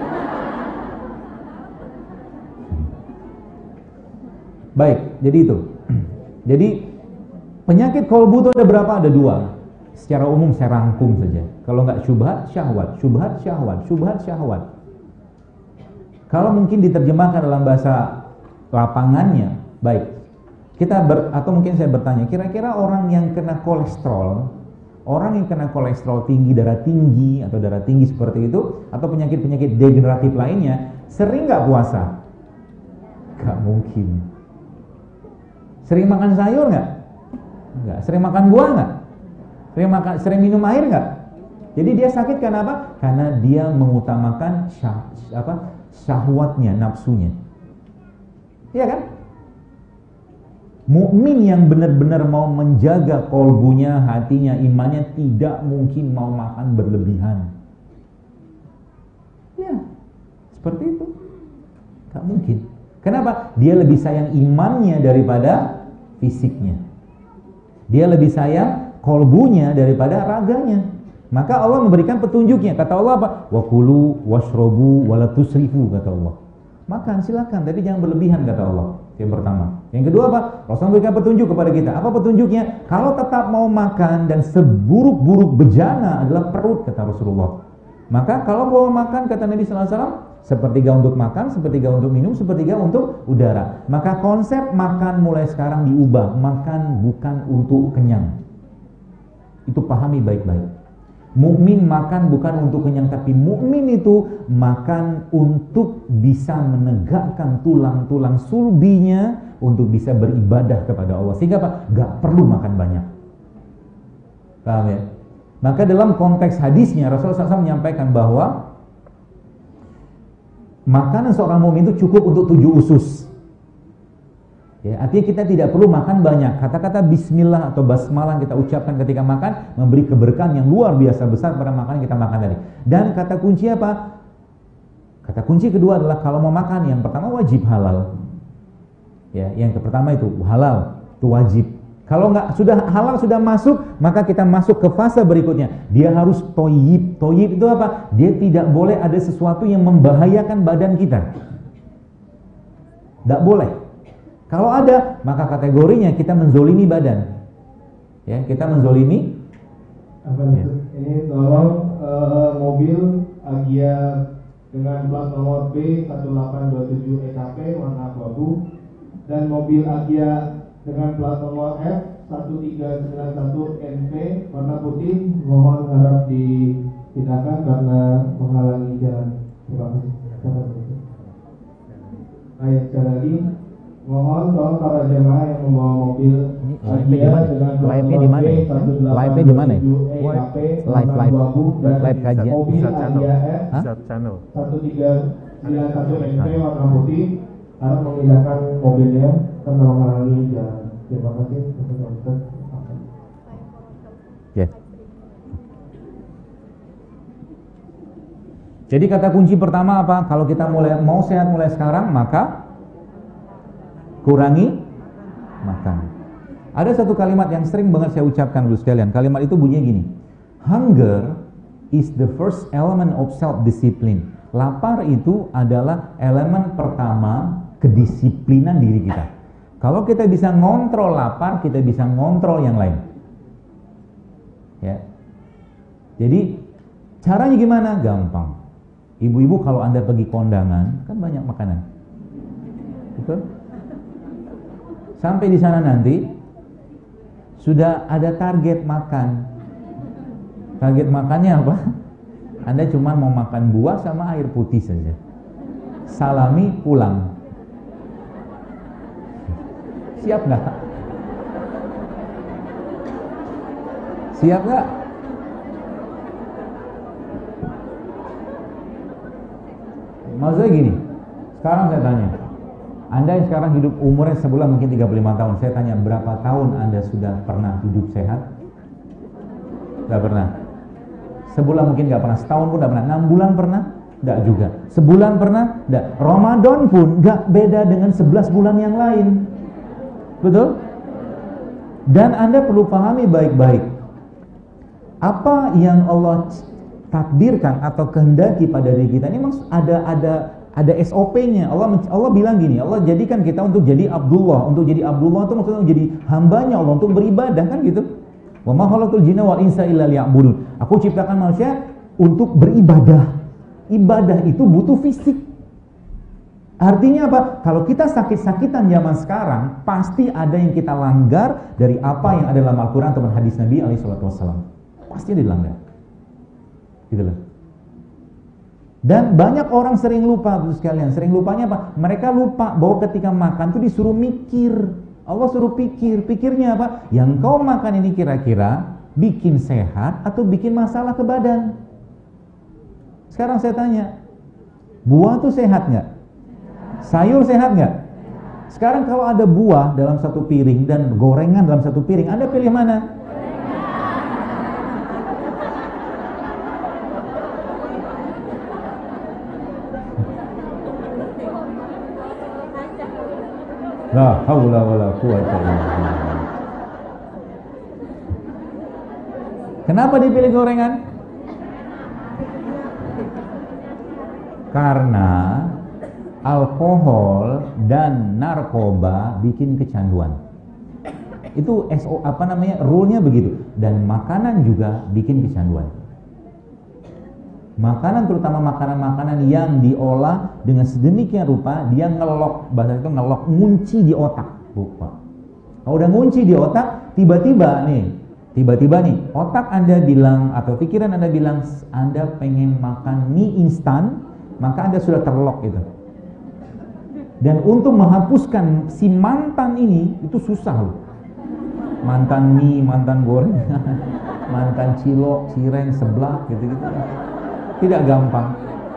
C: Baik, jadi itu. Jadi penyakit kolbu itu ada berapa? Ada dua. Secara umum saya rangkum saja. Kalau nggak syubhat, syahwat, syubhat, syahwat, syubhat, syahwat. Kalau mungkin diterjemahkan dalam bahasa lapangannya, baik. Kita ber, atau mungkin saya bertanya, kira-kira orang yang kena kolesterol, orang yang kena kolesterol tinggi, darah tinggi atau darah tinggi seperti itu, atau penyakit-penyakit degeneratif lainnya, sering nggak puasa? Nggak mungkin. Sering makan sayur nggak? Nggak. Sering makan buah nggak? Sering makan, sering minum air nggak? Jadi dia sakit karena apa? Karena dia mengutamakan syah, apa, syahwatnya, nafsunya. Iya kan? Mukmin yang benar-benar mau menjaga kolbunya, hatinya, imannya tidak mungkin mau makan berlebihan. Ya, seperti itu. Tak mungkin. Kenapa? Dia lebih sayang imannya daripada fisiknya. Dia lebih sayang kolbunya daripada raganya. Maka Allah memberikan petunjuknya. Kata Allah apa? Wa kulu washrobu wala tusrifu, kata Allah. Makan silakan, tapi jangan berlebihan, kata Allah. Yang pertama. Yang kedua apa? Rasul memberikan petunjuk kepada kita. Apa petunjuknya? Kalau tetap mau makan dan seburuk-buruk bejana adalah perut, kata Rasulullah. Maka kalau mau makan, kata Nabi sallallahu alaihi wasallam, sepertiga untuk makan, sepertiga untuk minum, sepertiga untuk udara. Maka konsep makan mulai sekarang diubah. Makan bukan untuk kenyang. Itu pahami baik-baik. Mukmin makan bukan untuk kenyang, tapi mukmin itu makan untuk bisa menegakkan tulang-tulang sulbinya untuk bisa beribadah kepada Allah. Sehingga apa? Gak perlu makan banyak. Paham ya? Maka dalam konteks hadisnya Rasulullah shallallahu alaihi wasallam menyampaikan bahwa makanan seorang mukmin itu cukup untuk tujuh usus. Ya, artinya kita tidak perlu makan banyak. Kata-kata bismillah atau basmalah kita ucapkan ketika makan memberi keberkahan yang luar biasa besar pada makanan yang kita makan tadi. Dan kata kunci apa? Kata kunci kedua adalah kalau mau makan, yang pertama wajib halal. Ya, yang pertama itu halal, itu wajib. Kalau nggak sudah halal sudah masuk, maka kita masuk ke fase berikutnya. Dia harus toyib. Toyib itu apa? Dia tidak boleh ada sesuatu yang membahayakan badan kita. Tidak boleh. Kalau ada, maka kategorinya kita menzolimi badan. Ya, kita menzolimi.
A: Apa ya. Ini tolong uh, mobil Agya dengan plat nomor B satu delapan dua tujuh E K P warna abu-abu dan mobil Agya dengan plat nomor F satu tiga sembilan satu N P warna putih, mohon harap dipindahkan karena menghalangi jalan. Terima kasih. Ayat sekali lagi. Mohon tolong para jemaah yang membawa mobil Agya dengan plat nomor B satu delapan dua tujuh E K P warna abu-abu dan mobil Agya F satu tiga sembilan satu N P warna putih harap memindahkan mobilnya karena menghalangi jalan. Terima kasih.
C: Ya. Jadi kata kunci pertama apa? Kalau kita mulai mau sehat mulai sekarang, maka kurangi makan. Ada satu kalimat yang sering banget saya ucapkan dulu sekalian. Kalimat itu bunyinya gini. Hunger is the first element of self-discipline. Lapar itu adalah elemen pertama kedisiplinan diri kita. Kalau kita bisa ngontrol lapar, kita bisa ngontrol yang lain. Ya. Jadi caranya gimana? Gampang. Ibu-ibu kalau Anda pergi kondangan, kan banyak makanan. Betul? Sampai di sana nanti sudah ada target makan. Target makannya apa? Anda cuma mau makan buah sama air putih saja. Salami pulang. Siap nggak? Siap nggak? Maksudnya gini. Sekarang saya tanya. Anda yang sekarang hidup umurnya sebulan mungkin tiga puluh lima tahun. Saya tanya, berapa tahun Anda sudah pernah hidup sehat? Gak pernah. Sebulan mungkin gak pernah. Setahun pun gak pernah. Enam bulan pernah? Gak juga. Sebulan pernah? Gak. Ramadan pun gak beda dengan sebelas bulan yang lain. Betul? Dan Anda perlu pahami baik-baik. Apa yang Allah takdirkan atau kehendaki pada diri kita ini maksud ada ada ada S O P-nya. Allah Allah bilang gini, Allah jadikan kita untuk jadi Abdullah. Untuk jadi Abdullah itu maksudnya jadi hambanya Allah, untuk beribadah, kan gitu. Wa ma khalaqtul jinna wal insa illa liya'budun. Aku ciptakan manusia untuk beribadah. Ibadah itu butuh fisik. Artinya apa? Kalau kita sakit-sakitan zaman sekarang, pasti ada yang kita langgar dari apa yang ada dalam Al-Quran atau hadis Nabi alaihi salatu wasallam. Pasti dilanggar. Gitu loh. Dan banyak orang sering lupa, sekalian. Sering lupanya apa? Mereka lupa bahwa ketika makan itu disuruh mikir. Allah suruh pikir. Pikirnya apa? Yang kau makan ini kira-kira bikin sehat atau bikin masalah ke badan? Sekarang saya tanya, buah tuh sehat nggak? Sayur sehat nggak? Sekarang kalau ada buah dalam satu piring dan gorengan dalam satu piring, Anda pilih mana? La haula wala quwata illa billah. Kenapa dipilih gorengan? Karena alkohol dan narkoba bikin kecanduan. Itu S O apa namanya? Rule-nya begitu. Dan makanan juga bikin kecanduan. Makanan, terutama makanan-makanan yang diolah dengan sedemikian rupa, dia ngelok, bahasa itu ngelok, ngunci di otak. Bukan. Kalau udah ngunci di otak, tiba-tiba nih, tiba-tiba nih, otak Anda bilang atau pikiran Anda bilang Anda pengen makan mie instan, maka Anda sudah terlok gitu. Dan untuk menghapuskan si mantan ini itu susah loh. Mantan mie, mantan goreng, mantan cilok, cireng, seblak gitu-gitu. Tidak gampang.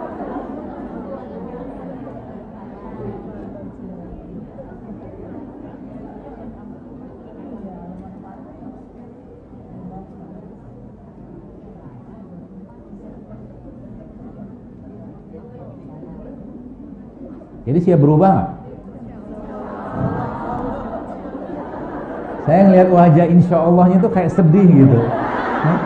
C: Jadi siap berubah nggak? Saya ngelihat wajah insya Allahnya tuh kayak sedih gitu. Hah?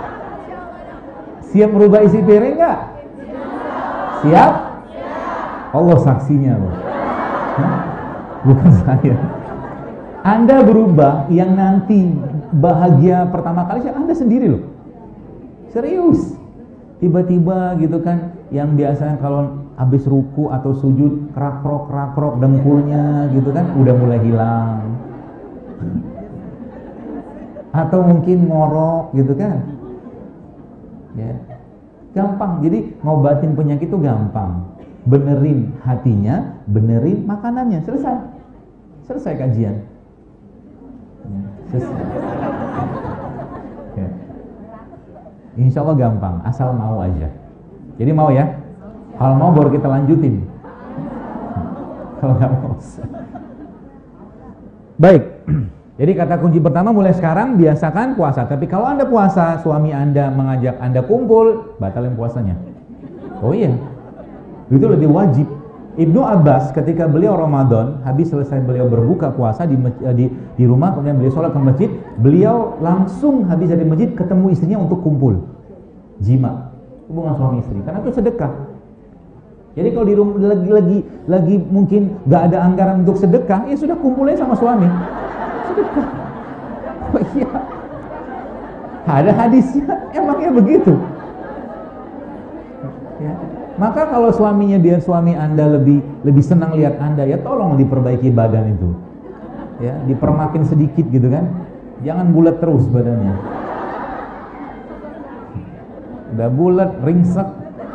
C: Siap merubah isi piring nggak? Siap? Allah saksinya loh. Hah? Bukan saya. Anda berubah, yang nanti bahagia pertama kali Anda sendiri loh. Serius. Tiba-tiba gitu kan, yang biasanya kalau habis ruku atau sujud kerak-krok kerak-krok dengkulnya gitu kan udah mulai hilang. Atau mungkin ngorok gitu kan. Ya. Gampang. Jadi ngobatin penyakit itu gampang. Benerin hatinya, benerin makanannya, selesai. Selesai kajian. Ya, selesai. Ya. Insya Allah gampang, asal mau aja. Jadi mau ya? Kalau mau baru kita lanjutin. Kalau nggak mau. Baik. Jadi kata kunci pertama, mulai sekarang biasakan puasa. Tapi kalau Anda puasa, suami Anda mengajak Anda kumpul, batalin puasanya. Oh iya, itu lebih wajib. Ibnu Abbas ketika beliau Ramadan, habis selesai beliau berbuka puasa di, di, di rumah, kemudian beliau sholat ke masjid, beliau langsung habis dari masjid ketemu istrinya untuk kumpul. Jima, hubungan suami istri, karena itu sedekah. Jadi kalau di rumah lagi lagi lagi mungkin nggak ada anggaran untuk sedekah, ya sudah kumpulnya sama suami. Sedekah. Oh iya. Ada hadisnya, emangnya begitu. Ya. Maka kalau suaminya biar suami Anda lebih lebih senang lihat Anda, ya tolong diperbaiki badan itu. Ya, dipermakin sedikit gitu kan. Jangan bulat terus badannya. Udah bulat, ringsek,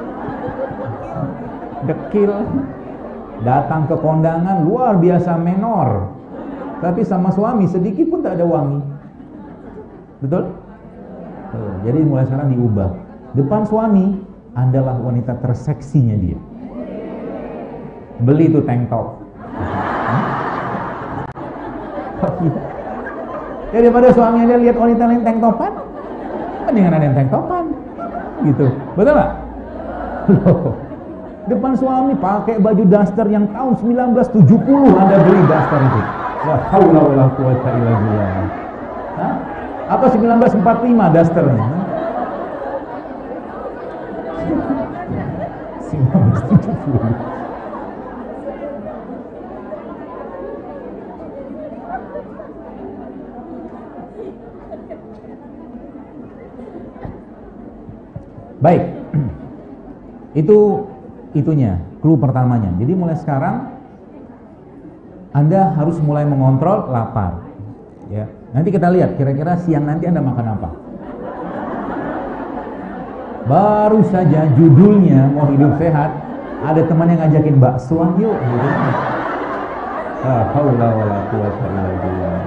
C: dekil, datang ke kondangan luar biasa menor, tapi sama suami sedikit pun tak ada wangi. Betul? Tuh, jadi mulai sekarang diubah. Depan suami Andalah wanita terseksinya dia. Beli itu tank top. Ya, daripada suaminya dia lihat wanita lain tank topan, mendingan ada yang tank topan. Gitu. Betul nggak? Loh. Depan suami pakai baju daster yang tahun seribu sembilan ratus tujuh puluh Anda beli daster itu. La haula wala quwata illa billah. Hah? Atau seribu sembilan ratus empat puluh lima dasternya. seribu sembilan ratus tujuh puluh. Baik. Itu itunya, clue pertamanya. Jadi mulai sekarang Anda harus mulai mengontrol lapar. Ya. Nanti kita lihat kira-kira siang nanti Anda makan apa. Baru saja judulnya mau hidup sehat, ada teman yang ngajakin baksoan yuk gitu. La haula wala quwata illa billah.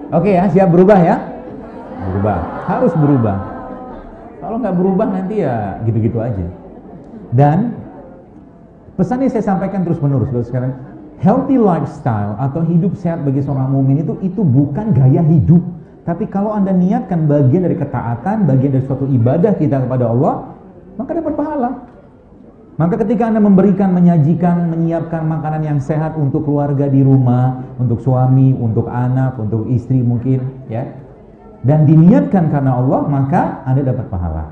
C: Oke ya, siap berubah ya? Berubah, harus berubah. Kalau nggak berubah nanti ya gitu-gitu aja. Dan pesan yang saya sampaikan terus menerus sekarang, healthy lifestyle atau hidup sehat bagi seorang mukmin itu itu bukan gaya hidup, tapi kalau Anda niatkan bagian dari ketaatan, bagian dari suatu ibadah kita kepada Allah, maka dapat pahala. Maka ketika Anda memberikan, menyajikan, menyiapkan makanan yang sehat untuk keluarga di rumah, untuk suami, untuk anak, untuk istri mungkin, ya, dan diniatkan karena Allah, maka Anda dapat pahala.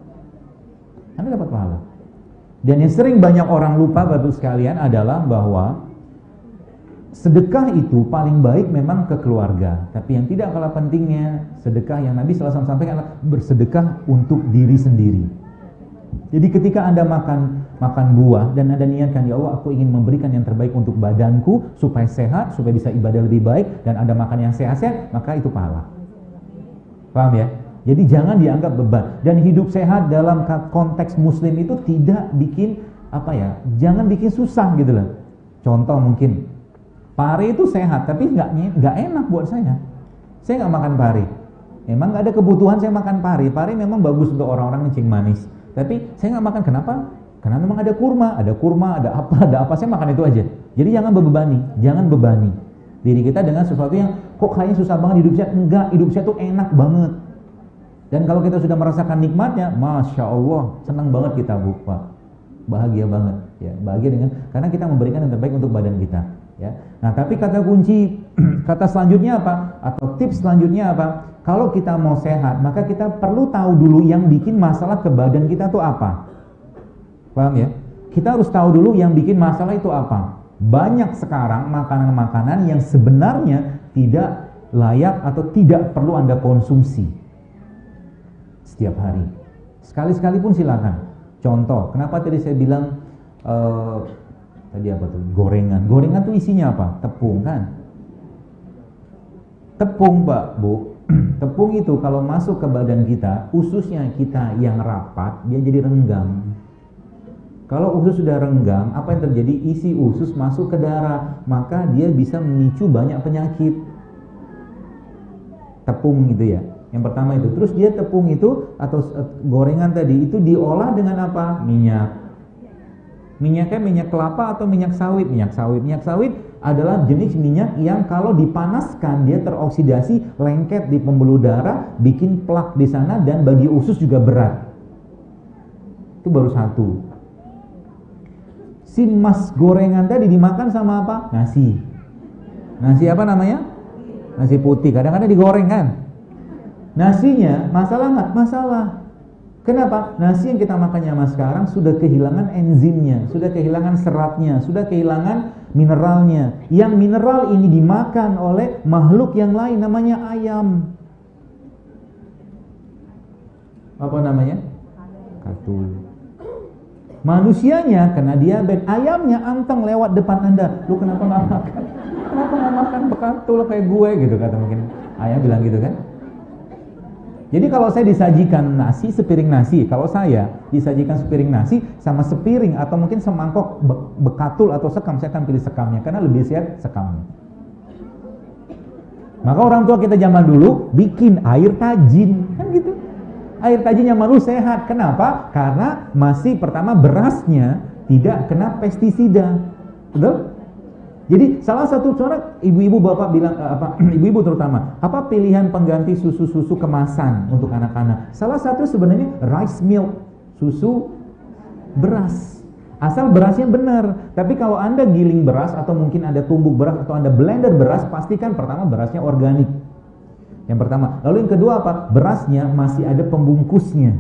C: Anda dapat pahala. Dan yang sering banyak orang lupa, Bapak sekalian, adalah bahwa sedekah itu paling baik memang ke keluarga. Tapi yang tidak kalah pentingnya, sedekah yang Nabi shallallahu alaihi wasallam sampaikan adalah bersedekah untuk diri sendiri. Jadi ketika Anda makan makan buah dan Anda niatkan, ya Allah, aku ingin memberikan yang terbaik untuk badanku supaya sehat, supaya bisa ibadah lebih baik, dan Anda makan yang sehat-sehat, maka itu pahala. Paham ya? Jadi jangan dianggap beban. Dan hidup sehat dalam konteks muslim itu tidak bikin apa ya? Jangan bikin susah gitu loh. Contoh mungkin pare itu sehat, tapi nggak nggak enak buat saya. Saya nggak makan pare. Memang nggak ada kebutuhan saya makan pare. Pare memang bagus untuk orang-orang kencing manis. Tapi saya nggak makan. Kenapa? Karena memang ada kurma, ada kurma, ada apa, ada apa. Saya makan itu aja. Jadi jangan membebani, jangan bebani diri kita dengan sesuatu yang kok kayaknya susah banget hidup saya. Enggak, hidup saya tuh enak banget. Dan kalau kita sudah merasakan nikmatnya, masya Allah, senang banget kita, Bu, Pak. Bahagia banget, ya. Bahagia dengan karena kita memberikan yang terbaik untuk badan kita, ya. Nah, tapi kata kunci, kata selanjutnya apa? Atau tips selanjutnya apa? Kalau kita mau sehat, maka kita perlu tahu dulu yang bikin masalah ke badan kita tuh apa. Paham ya? Kita harus tahu dulu yang bikin masalah itu apa. Banyak sekarang makanan-makanan yang sebenarnya tidak layak atau tidak perlu Anda konsumsi setiap hari. Sekali-sekali pun silakan. Contoh, kenapa tadi saya bilang uh, tadi apa tuh? Gorengan. Gorengan tuh isinya apa? Tepung kan? Tepung, Pak, Bu. Tepung itu kalau masuk ke badan kita, ususnya kita yang rapat, dia jadi renggang. Kalau usus sudah renggang, apa yang terjadi? Isi usus masuk ke darah, maka dia bisa memicu banyak penyakit. Tepung gitu ya. Yang pertama itu. Terus dia tepung itu atau gorengan tadi itu diolah dengan apa? Minyak. Minyaknya minyak kelapa atau minyak sawit? Minyak sawit. Minyak sawit adalah jenis minyak yang kalau dipanaskan dia teroksidasi, lengket di pembuluh darah, bikin plak di sana dan bagi usus juga berat. Itu baru satu. Si mas gorengan tadi dimakan sama apa? Nasi. Nasi apa namanya? Nasi putih. Kadang-kadang digoreng kan? Nasinya masalah nggak? Masalah. Kenapa? Nasi yang kita makan zaman sekarang sudah kehilangan enzimnya, sudah kehilangan seratnya, sudah kehilangan mineralnya. Yang mineral ini dimakan oleh makhluk yang lain, namanya ayam. Apa namanya? Katul. Manusianya kena diabetes, ayamnya anteng lewat depan Anda. Lu kenapa nggak makan? Kenapa nggak makan bekatul kayak gue gitu, kata mungkin ayam bilang gitu kan. Jadi kalau saya disajikan nasi, sepiring nasi, kalau saya disajikan sepiring nasi sama sepiring atau mungkin semangkok be bekatul atau sekam, saya akan pilih sekamnya karena lebih sehat sekamnya. Maka orang tua kita zaman dulu bikin air tajin, kan gitu. Air tajin yang malu sehat. Kenapa? Karena masih pertama berasnya tidak kena pestisida. Betul? Jadi salah satu cara ibu-ibu bapak bilang apa ibu-ibu terutama, apa pilihan pengganti susu-susu kemasan untuk anak-anak? Salah satu sebenarnya rice milk, susu beras. Asal berasnya benar. Tapi kalau Anda giling beras atau mungkin Anda tumbuk beras atau Anda blender beras, pastikan pertama berasnya organik. Yang pertama. Lalu yang kedua apa? Berasnya masih ada pembungkusnya.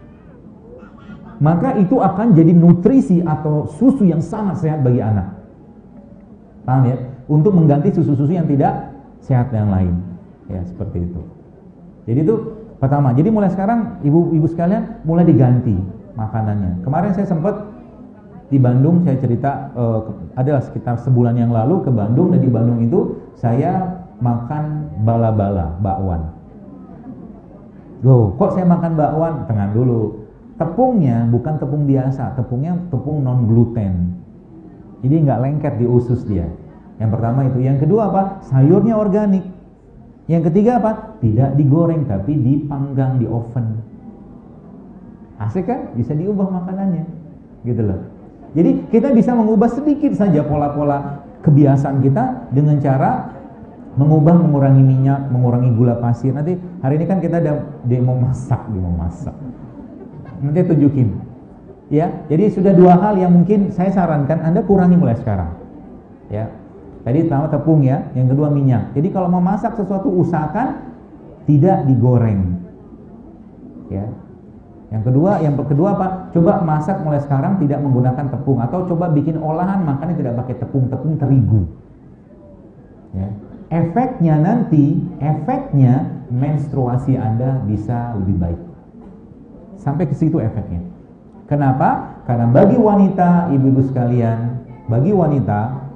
C: Maka itu akan jadi nutrisi atau susu yang sangat sehat bagi anak. Paham ya? Untuk mengganti susu-susu yang tidak sehat yang lain. Ya, seperti itu. Jadi itu pertama. Jadi mulai sekarang ibu-ibu sekalian mulai diganti makanannya. Kemarin saya sempat di Bandung, saya cerita uh, adalah sekitar sebulan yang lalu ke Bandung, dan di Bandung itu saya makan bala-bala, bakwan. Loh, kok saya makan bakwan? Tenang dulu. Tepungnya bukan tepung biasa, tepungnya tepung non gluten. Jadi nggak lengket di usus dia. Yang pertama itu. Yang kedua apa? Sayurnya organik. Yang ketiga apa? Tidak digoreng tapi dipanggang di oven. Asik kan? Bisa diubah makanannya. Gitu loh. Jadi kita bisa mengubah sedikit saja pola-pola kebiasaan kita dengan cara mengubah, mengurangi minyak, mengurangi gula pasir. Nanti hari ini kan kita ada demo masak, demo masak. Nanti tunjukin. Ya, jadi sudah dua hal yang mungkin saya sarankan Anda kurangi mulai sekarang. Ya. Tadi pertama tepung ya, yang kedua minyak. Jadi kalau mau masak sesuatu usahakan tidak digoreng. Ya. Yang kedua, yang kedua apa? Coba masak mulai sekarang tidak menggunakan tepung atau coba bikin olahan makannya tidak pakai tepung, tepung terigu. Ya. Efeknya nanti, efeknya menstruasi Anda bisa lebih baik. Sampai ke situ efeknya. Kenapa? Karena bagi wanita, ibu-ibu sekalian, bagi wanita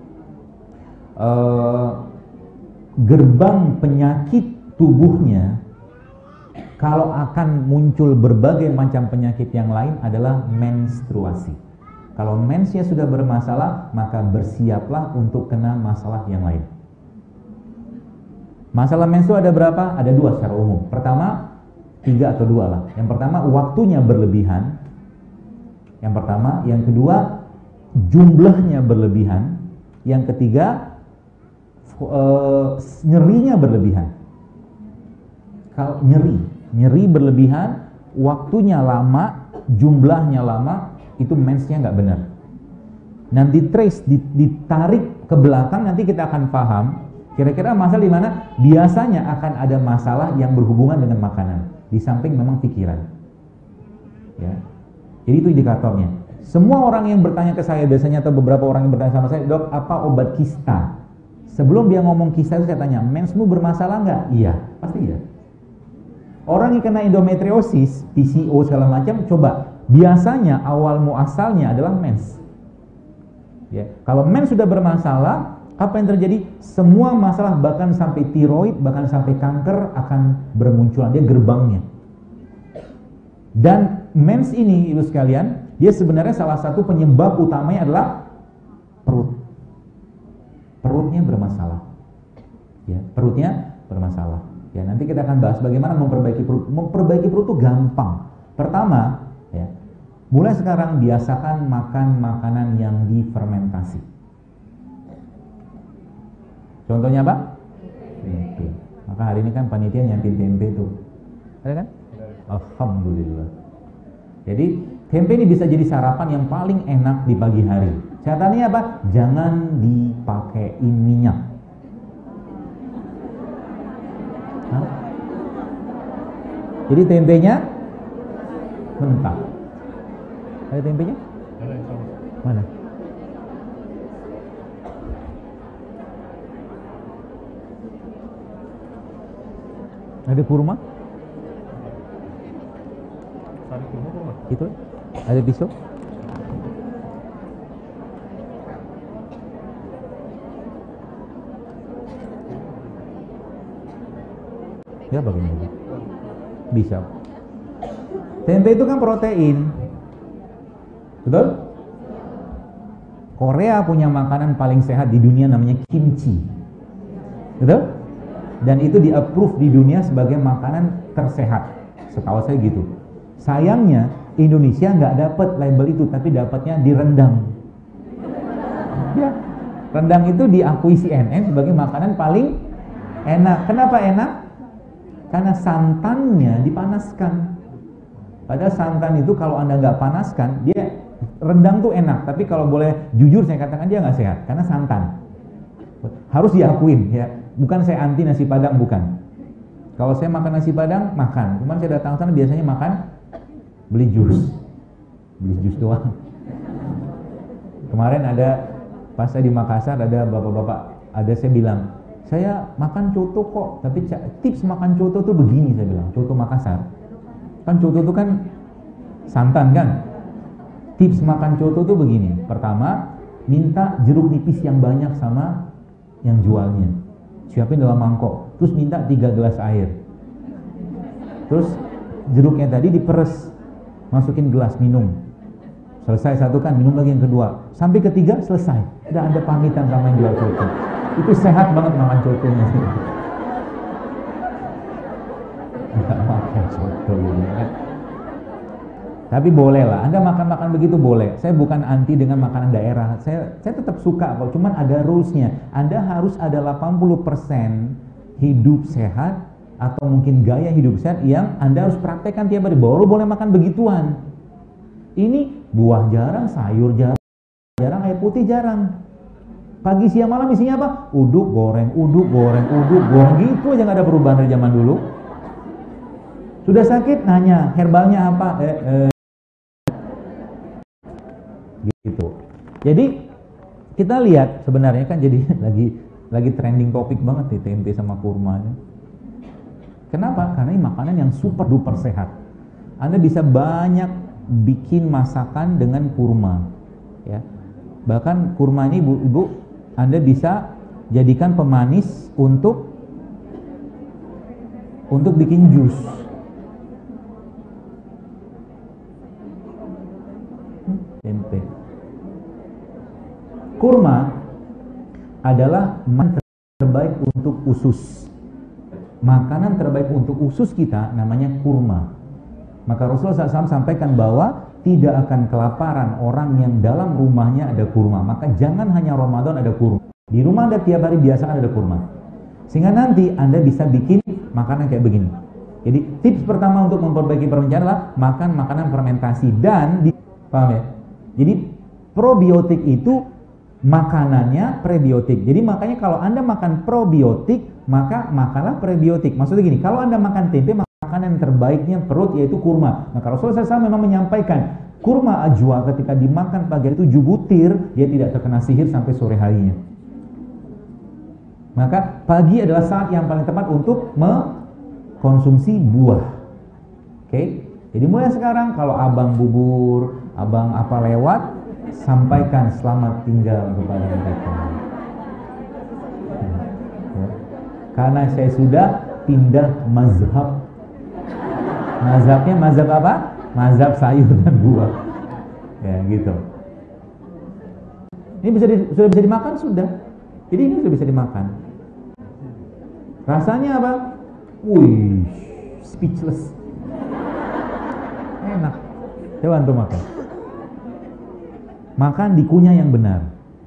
C: Uh, gerbang penyakit tubuhnya kalau akan muncul berbagai macam penyakit yang lain adalah menstruasi. Kalau mensnya sudah bermasalah, maka bersiaplah untuk kena masalah yang lain. Masalah mens itu ada berapa? Ada dua secara umum. Pertama, tiga atau dua lah. Yang pertama, waktunya berlebihan. Yang pertama, yang kedua, jumlahnya berlebihan. Yang ketiga, Uh, nyerinya berlebihan. Kalau nyeri, nyeri berlebihan, waktunya lama, jumlahnya lama, itu mensnya nggak benar. Nanti trace, ditarik ke belakang, nanti kita akan paham kira-kira masalah di mana. Biasanya akan ada masalah yang berhubungan dengan makanan, di samping memang pikiran. Ya, jadi itu indikatornya. Semua orang yang bertanya ke saya biasanya, atau beberapa orang yang bertanya sama saya, dok, apa obat kista? Sebelum dia ngomong kista itu saya tanya, mensmu bermasalah nggak? Iya, pasti iya. Orang yang kena endometriosis, P C O segala macam, coba biasanya awal muasalnya adalah mens. Ya, kalau mens sudah bermasalah, apa yang terjadi? Semua masalah bahkan sampai tiroid, bahkan sampai kanker akan bermunculan. Dia gerbangnya. Dan mens ini, ibu sekalian, dia sebenarnya salah satu penyebab utamanya adalah perut. Perutnya bermasalah, ya, perutnya bermasalah. Ya, nanti kita akan bahas bagaimana memperbaiki perut. Memperbaiki perut itu gampang. Pertama, ya, mulai sekarang biasakan makan makanan yang difermentasi. Contohnya apa? Tempe. Maka hari ini kan panitia nyiapin tempe tuh, ada kan? Alhamdulillah. Jadi tempe ini bisa jadi sarapan yang paling enak di pagi hari. Catatannya apa? Jangan dipakein minyak. Hah? Jadi tempenya mentah. Ada tempenya? Mana? Ada kurma? Itu? Ada pisau? Ya bagaimana? Bisa. Tempe itu kan protein. Betul? Korea punya makanan paling sehat di dunia namanya kimchi. Betul? Dan itu di-approve di dunia sebagai makanan tersehat. Setahu saya gitu. Sayangnya Indonesia nggak dapat label itu, tapi dapatnya di rendang. Ya, rendang itu diakui C N N sebagai makanan paling enak. Kenapa enak? Karena santannya dipanaskan. Padahal santan itu kalau Anda nggak panaskan, dia rendang tuh enak. Tapi kalau boleh jujur saya katakan dia nggak sehat, karena santan. Harus diakuin ya. Bukan saya anti nasi padang, bukan. Kalau saya makan nasi padang, makan. Cuman saya datang sana biasanya makan beli jus, beli jus doang. Kemarin ada pas saya di Makassar, ada bapak-bapak, ada saya bilang, saya makan coto kok, tapi tips makan coto tuh begini, saya bilang, coto Makassar. Kan coto itu kan santan kan. Tips makan coto tuh begini. Pertama, minta jeruk nipis yang banyak sama yang jualnya. Siapin dalam mangkok. Terus minta tiga gelas air. Terus jeruknya tadi diperes, masukin gelas, minum. Selesai satu kan, minum lagi yang kedua. Sampai ketiga selesai. Udah ada pamitan sama yang jual coto. Itu sehat banget makan cotonya. nggak makan soto gitu kan. Tapi boleh lah, Anda makan-makan begitu boleh. Saya bukan anti dengan makanan daerah. Saya saya tetap suka kok, cuman ada rules-nya. Anda harus ada delapan puluh persen hidup sehat atau mungkin gaya hidup sehat yang Anda harus praktekkan tiap hari. Baru boleh makan begituan. Ini buah jarang, sayur jarang, jarang air putih jarang. Pagi siang malam isinya apa? Uduk goreng, uduk goreng, uduk goreng, gitu aja nggak ada perubahan dari zaman dulu. Sudah sakit nanya herbalnya apa? Eh, eh. Gitu. Jadi kita lihat sebenarnya kan jadi lagi lagi trending topik banget nih tempe sama kurma. Kenapa? Karena ini makanan yang super duper sehat. Anda bisa banyak bikin masakan dengan kurma, ya. Bahkan kurma ini ibu-ibu Anda bisa jadikan pemanis untuk untuk bikin jus. Tempe. Kurma adalah makanan terbaik untuk usus. Makanan terbaik untuk usus kita namanya kurma. Maka Rasulullah shallallahu alaihi wasallam sampaikan bahwa tidak akan kelaparan orang yang dalam rumahnya ada kurma. Maka jangan hanya Ramadan ada kurma. Di rumah Anda tiap hari biasa ada kurma. Sehingga nanti Anda bisa bikin makanan kayak begini. Jadi tips pertama untuk memperbaiki perencanaan adalah makan makanan fermentasi dan di, paham ya? Jadi probiotik itu makanannya prebiotik. Jadi makanya kalau Anda makan probiotik, maka makanlah prebiotik. Maksudnya gini, kalau Anda makan tempe, makanan terbaiknya perut yaitu kurma. Maka Rasulullah shallallahu alaihi wasallam memang menyampaikan kurma ajwa ketika dimakan pagi hari tujuh butir, dia tidak terkena sihir sampai sore harinya. Maka pagi adalah saat yang paling tepat untuk mengkonsumsi buah. Oke? Okay? Jadi mulai sekarang kalau abang bubur, abang apa lewat, sampaikan selamat tinggal kepada mereka. Ya. Karena saya sudah pindah mazhab. Mazhabnya mazhab apa? Mazhab sayur dan buah. Ya gitu. Ini bisa di, sudah bisa dimakan sudah. Jadi ini sudah bisa dimakan. Rasanya apa? Wih, speechless. Enak. Coba antum makan. Makan di kunyah yang benar.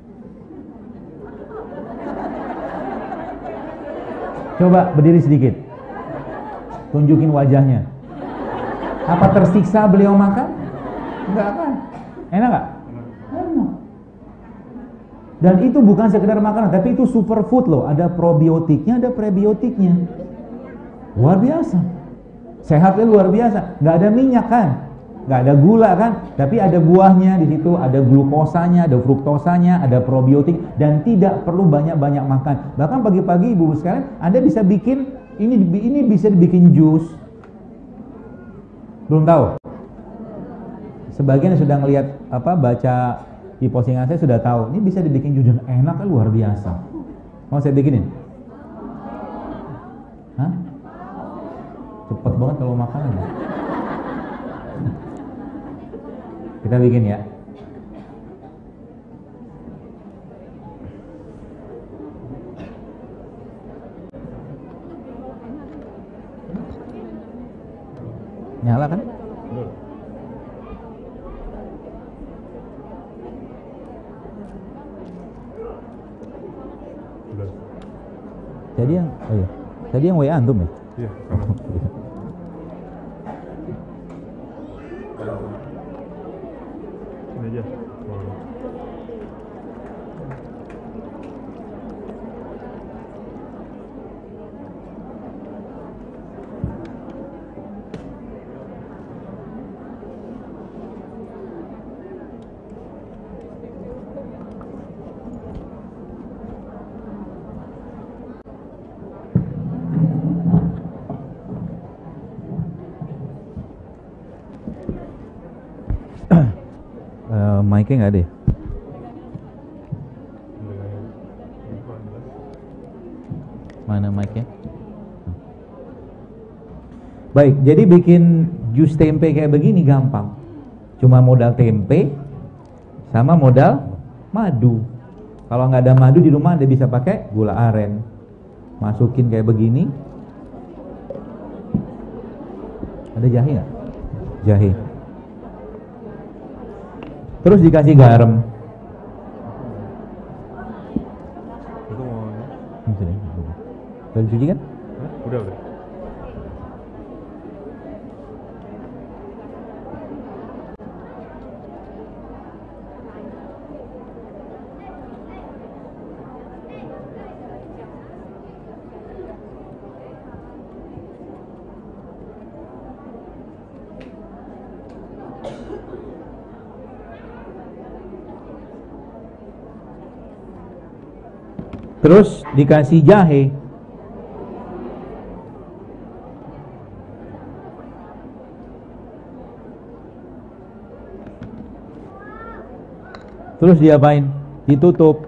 C: Coba berdiri sedikit. Tunjukin wajahnya. Apa tersiksa beliau makan? Enggak kan? Enak enggak? Enak. Dan itu bukan sekedar makanan, tapi itu superfood loh. Ada probiotiknya, ada prebiotiknya. Luar biasa. Sehatnya luar biasa. Nggak ada minyak kan? Nggak ada gula kan? Tapi ada buahnya di situ, ada glukosanya, ada fruktosanya, ada probiotik, dan tidak perlu banyak-banyak makan. Bahkan pagi-pagi ibu sekalian, Anda bisa bikin ini ini bisa dibikin jus. Belum tahu? Sebagian yang sudah ngelihat apa baca di postingan saya sudah tahu. Ini bisa dibikin jus dan enak kan luar biasa. Mau saya bikinin? Hah? Cepet banget kalau makanan. Kita bikin ya. Nyala kan? Jadi yang, oh iya, tadi yang W A antum ya?
D: Iya. Ini aja.
C: Mic-nya nggak ada ya? Mana mic-nya? Baik, jadi bikin jus tempe kayak begini gampang. Cuma modal tempe sama modal madu. Kalau nggak ada madu di rumah Anda bisa pakai gula aren. Masukin kayak begini. Ada jahe nggak? Jahe. Terus dikasih garam.
D: Itu mau
C: Bisa deh. Udah dicuci kan?
D: udah udah.
C: Terus dikasih jahe. Terus diapain? Ditutup.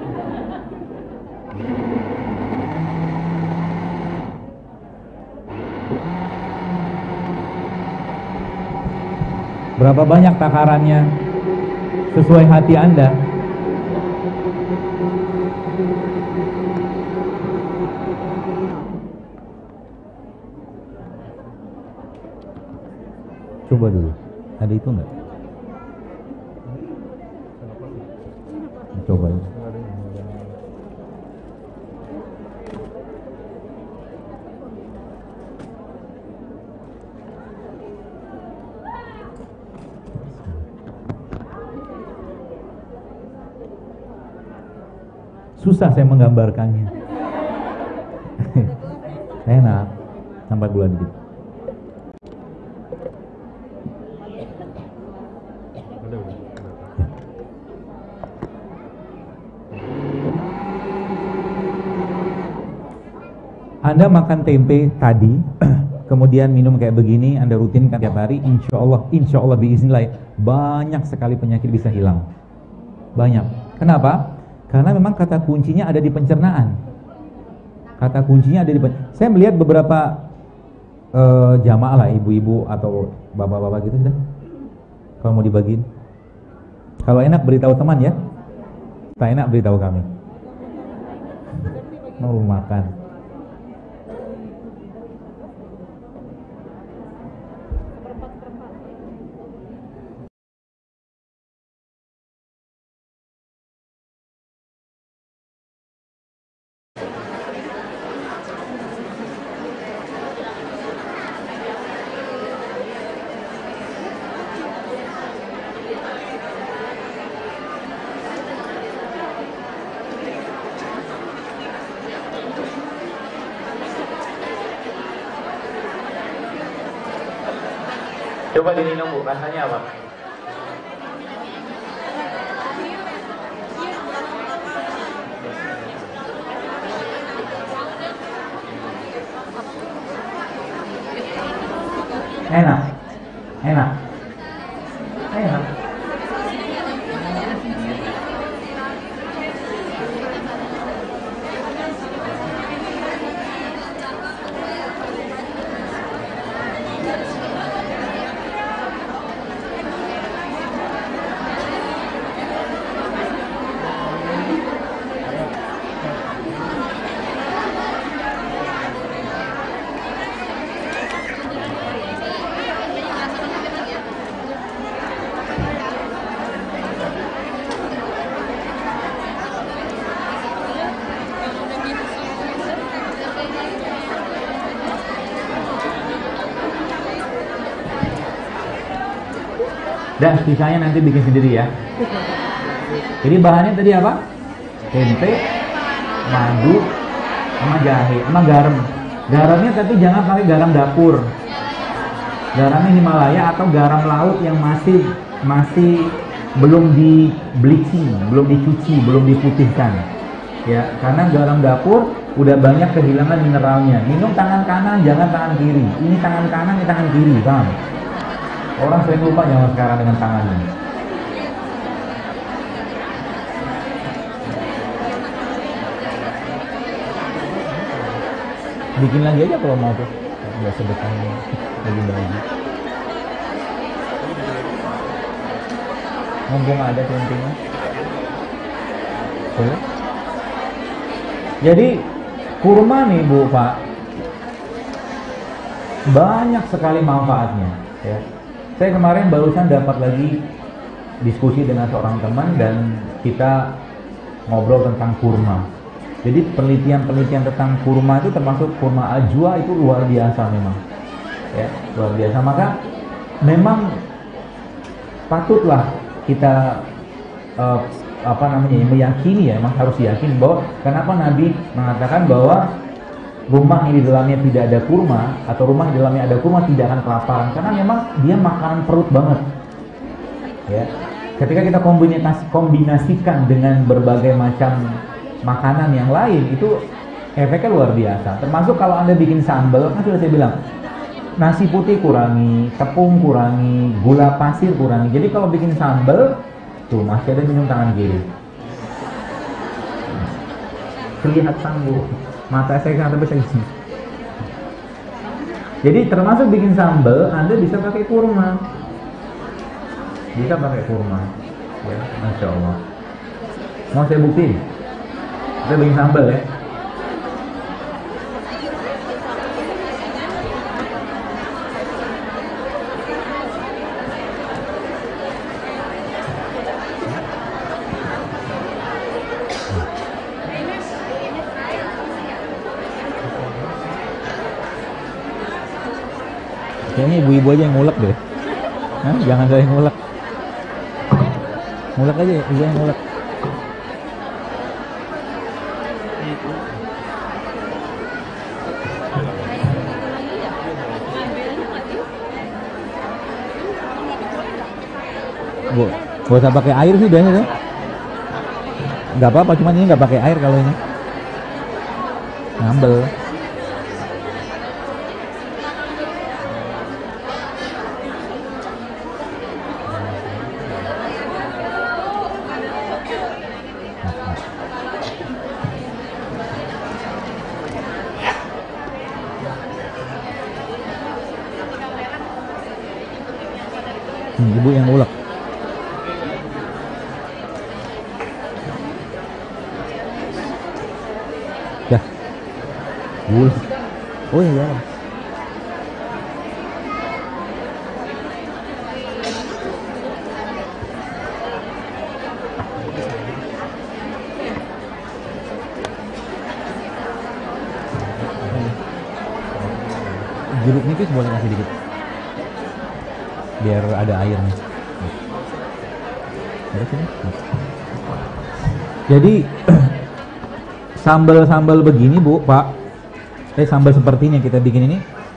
C: Berapa banyak takarannya? Sesuai hati Anda. Coba dulu. Ada itu enggak? Coba ya. Susah saya menggambarkannya. Enak, tambah gula dikit.
D: Udah udah.
C: Anda makan tempe tadi, kemudian minum kayak begini, Anda rutinkan tiap hari, insya Allah, insya Allah biiznillah, banyak sekali penyakit bisa hilang. Banyak. Kenapa? Karena memang kata kuncinya ada di pencernaan. Kata kuncinya ada di pencernaan. Saya melihat beberapa uh, jamaah lah, ibu-ibu atau bapak-bapak gitu sudah. Kalau mau dibagiin. Kalau enak beritahu teman ya. Tak enak beritahu kami. Mau makan.
B: Coba diminum Bu, rasanya apa?
C: Enak. Enak. Enak. Dan sisanya nanti bikin sendiri ya. Jadi bahannya tadi apa? Tempe, madu, sama jahe, sama garam. Garamnya tapi jangan pakai garam dapur. Garamnya Himalaya atau garam laut yang masih masih belum di bleaching, belum dicuci, belum diputihkan. Ya, karena garam dapur udah banyak kehilangan mineralnya. Minum tangan kanan, jangan tangan kiri. Ini tangan kanan, ini tangan kiri, paham? Orang sering lupa zaman sekarang dengan tangannya. Bikin lagi aja kalau mau tuh. Biar sedekahnya lebih bagus. Mumpung ada tempenya. Boleh? Jadi kurma nih Bu Pak. banyak sekali manfaatnya. Ya. Saya kemarin barusan dapat lagi diskusi dengan seorang teman dan kita ngobrol tentang kurma. Jadi penelitian-penelitian tentang kurma itu termasuk kurma ajwa itu luar biasa memang. Ya, luar biasa. Maka memang patutlah kita uh, apa namanya meyakini ya, memang harus yakin bahwa kenapa Nabi mengatakan bahwa rumah yang di dalamnya tidak ada kurma atau rumah di dalamnya ada kurma tidak akan kelaparan, karena memang dia makanan perut banget. Ya. Ketika kita kombinasi, kombinasikan dengan berbagai macam makanan yang lain, itu efeknya luar biasa. Termasuk kalau Anda bikin sambal, kan sudah saya bilang, nasi putih kurangi, tepung kurangi, gula pasir kurangi. Jadi kalau bikin sambal, tuh masih ada minum tangan kiri. Terlihat sambal, mata saya kan sampai sini. Jadi termasuk bikin sambal, Anda bisa pakai kurma. Bisa pakai kurma, ya, masya Allah. Mau saya buktiin? Kita bikin sambal ya. Kayaknya ibu-ibu aja yang ngulek deh. Hah? Jangan saya yang ngulek. Ngulek aja, ibu yang ngulek. Bu, gak usah pakai air sih biasanya. Nggak apa-apa, cuman ini nggak pakai air kalau ini. Ngambel. Hmm, ibu yang ulek. Ya. Ulek. Oh iya. Jeruk nipis boleh kasih dikit, biar ada airnya. Jadi sambal-sambal begini Bu, Pak, eh sambal seperti ini yang kita bikin ini,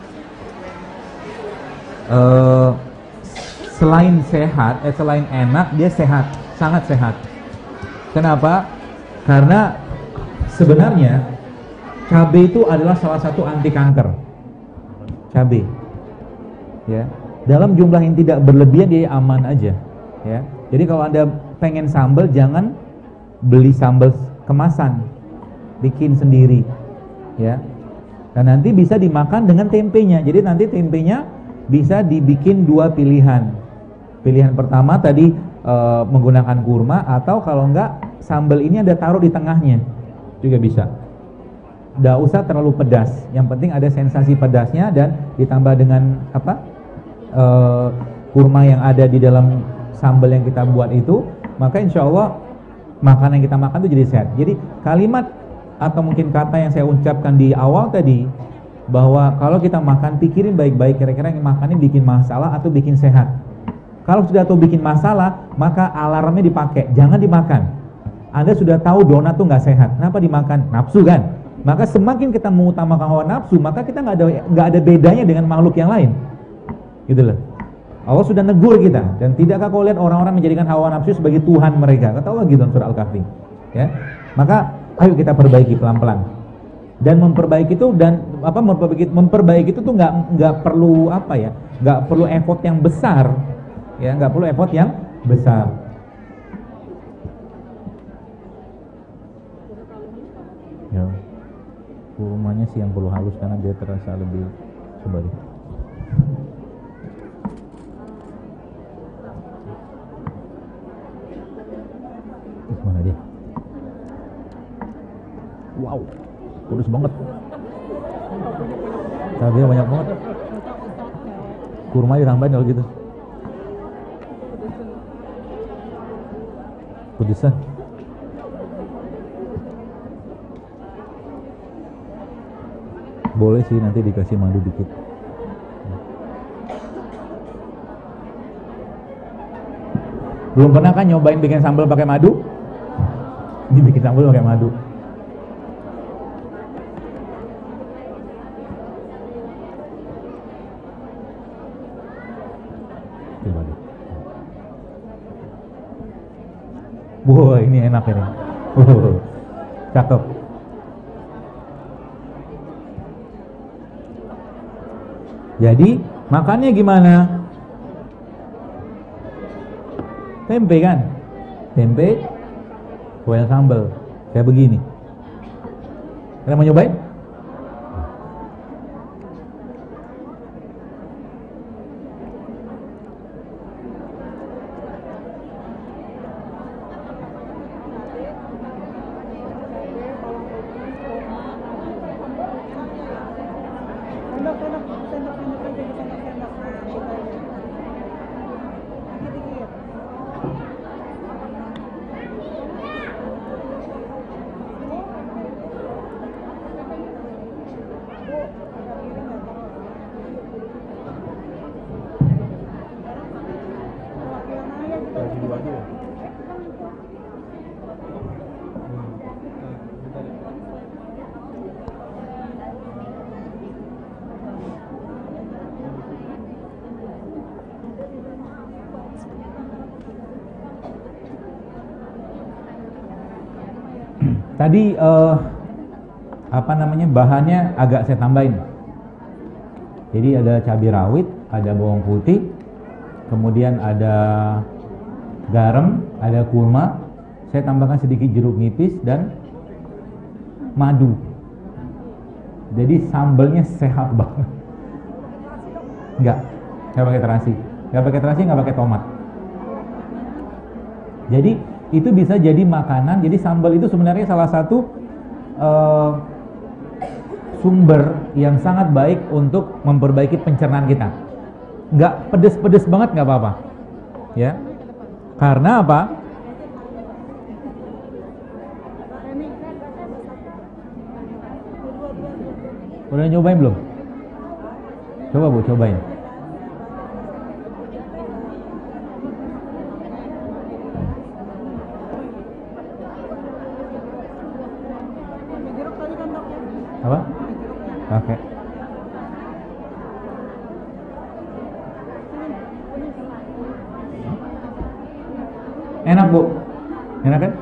C: uh, selain sehat, eh selain enak, dia sehat, sangat sehat. Kenapa? Karena sebenarnya cabai itu adalah salah satu anti kanker. Cabai, ya. Dalam jumlah yang tidak berlebihan dia aman aja, ya. Jadi kalau Anda pengen sambal, jangan beli sambal kemasan, bikin sendiri, ya. Dan nanti bisa dimakan dengan tempenya. Jadi nanti tempenya bisa dibikin dua pilihan. Pilihan pertama tadi e, menggunakan kurma, atau kalau enggak sambal ini Anda taruh di tengahnya juga bisa. Nggak usah terlalu pedas. Yang penting ada sensasi pedasnya dan ditambah dengan apa? E, kurma yang ada di dalam sambal yang kita buat itu, maka insya Allah makanan yang kita makan itu jadi sehat. Jadi kalimat atau mungkin kata yang saya ucapkan di awal tadi, bahwa kalau kita makan pikirin baik-baik kira-kira yang makannya bikin masalah atau bikin sehat. Kalau sudah tahu bikin masalah, maka alarmnya dipakai, jangan dimakan. Anda sudah tahu donat tuh nggak sehat, kenapa dimakan? Nafsu kan? Maka semakin kita mengutamakan hawa nafsu, maka kita nggak ada nggak ada bedanya dengan makhluk yang lain, gitu loh. Allah sudah negur kita, dan tidakkah kau lihat orang-orang menjadikan hawa nafsu sebagai Tuhan mereka? Kata Allah gitu dalam surah Al-Kahfi. Ya, maka ayo kita perbaiki pelan-pelan. Dan memperbaiki itu dan apa memperbaiki memperbaiki itu tuh nggak nggak perlu apa ya, nggak perlu effort yang besar, ya nggak perlu effort yang besar. Ya, kurmanya sih yang perlu halus karena dia terasa lebih coba deh. Mana dia? Wow, kurus banget. Cabenya banyak banget. Kurma ditambahin kalau gitu. Pedesan. Boleh sih, nanti dikasih madu dikit. Belum pernah kan nyobain bikin sambal pakai madu? Ini bikin sambal pakai madu. Coba deh. Wah, ini enak ini. Uh, cakep. Jadi makannya gimana? Tempe kan? Tempe, kuah sambal kayak begini. Kalian mau nyobain? Tadi uh, apa namanya bahannya agak saya tambahin. Jadi ada cabai rawit, ada bawang putih, kemudian ada garam, ada kurma. Saya tambahkan sedikit jeruk nipis dan madu. Jadi sambalnya sehat banget. Enggak, nggak pakai terasi, nggak pakai terasi, nggak pakai tomat. Jadi itu bisa jadi makanan. Jadi sambal itu sebenarnya salah satu uh, sumber yang sangat baik untuk memperbaiki pencernaan kita. Nggak pedes-pedes banget, nggak apa-apa, ya. Karena apa? Udah nyobain belum? Coba Bu, cobain. Apa? Oke. Enak Bu? Enak kan?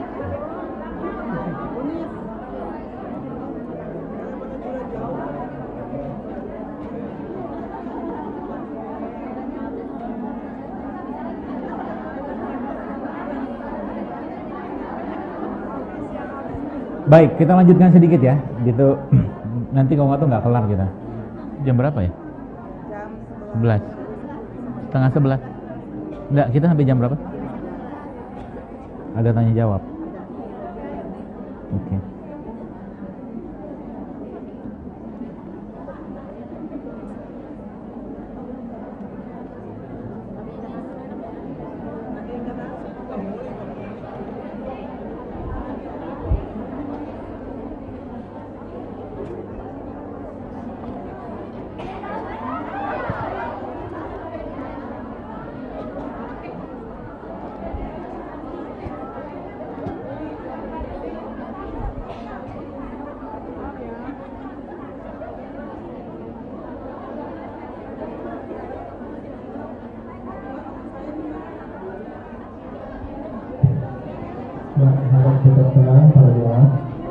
C: Baik, kita lanjutkan sedikit ya. Gitu. Nanti kalau nggak tuh nggak kelar kita. Jam berapa ya? Jam sebelas. Setengah sebelas. Enggak, kita sampai jam berapa? Ada tanya jawab. Oke. Okay.
A: Harap kita tenang para doa.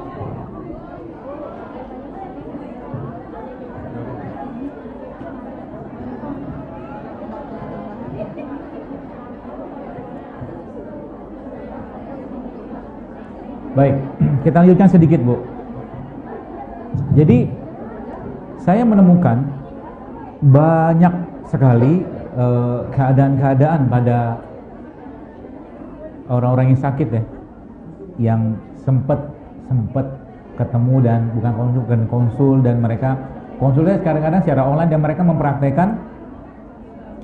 C: Baik, kita lanjutkan sedikit Bu. Jadi saya menemukan banyak sekali eh, keadaan-keadaan pada orang-orang yang sakit ya, yang sempat sempat ketemu dan bukan konsul, bukan konsul dan mereka konsulnya kadang-kadang secara online dan mereka mempraktekkan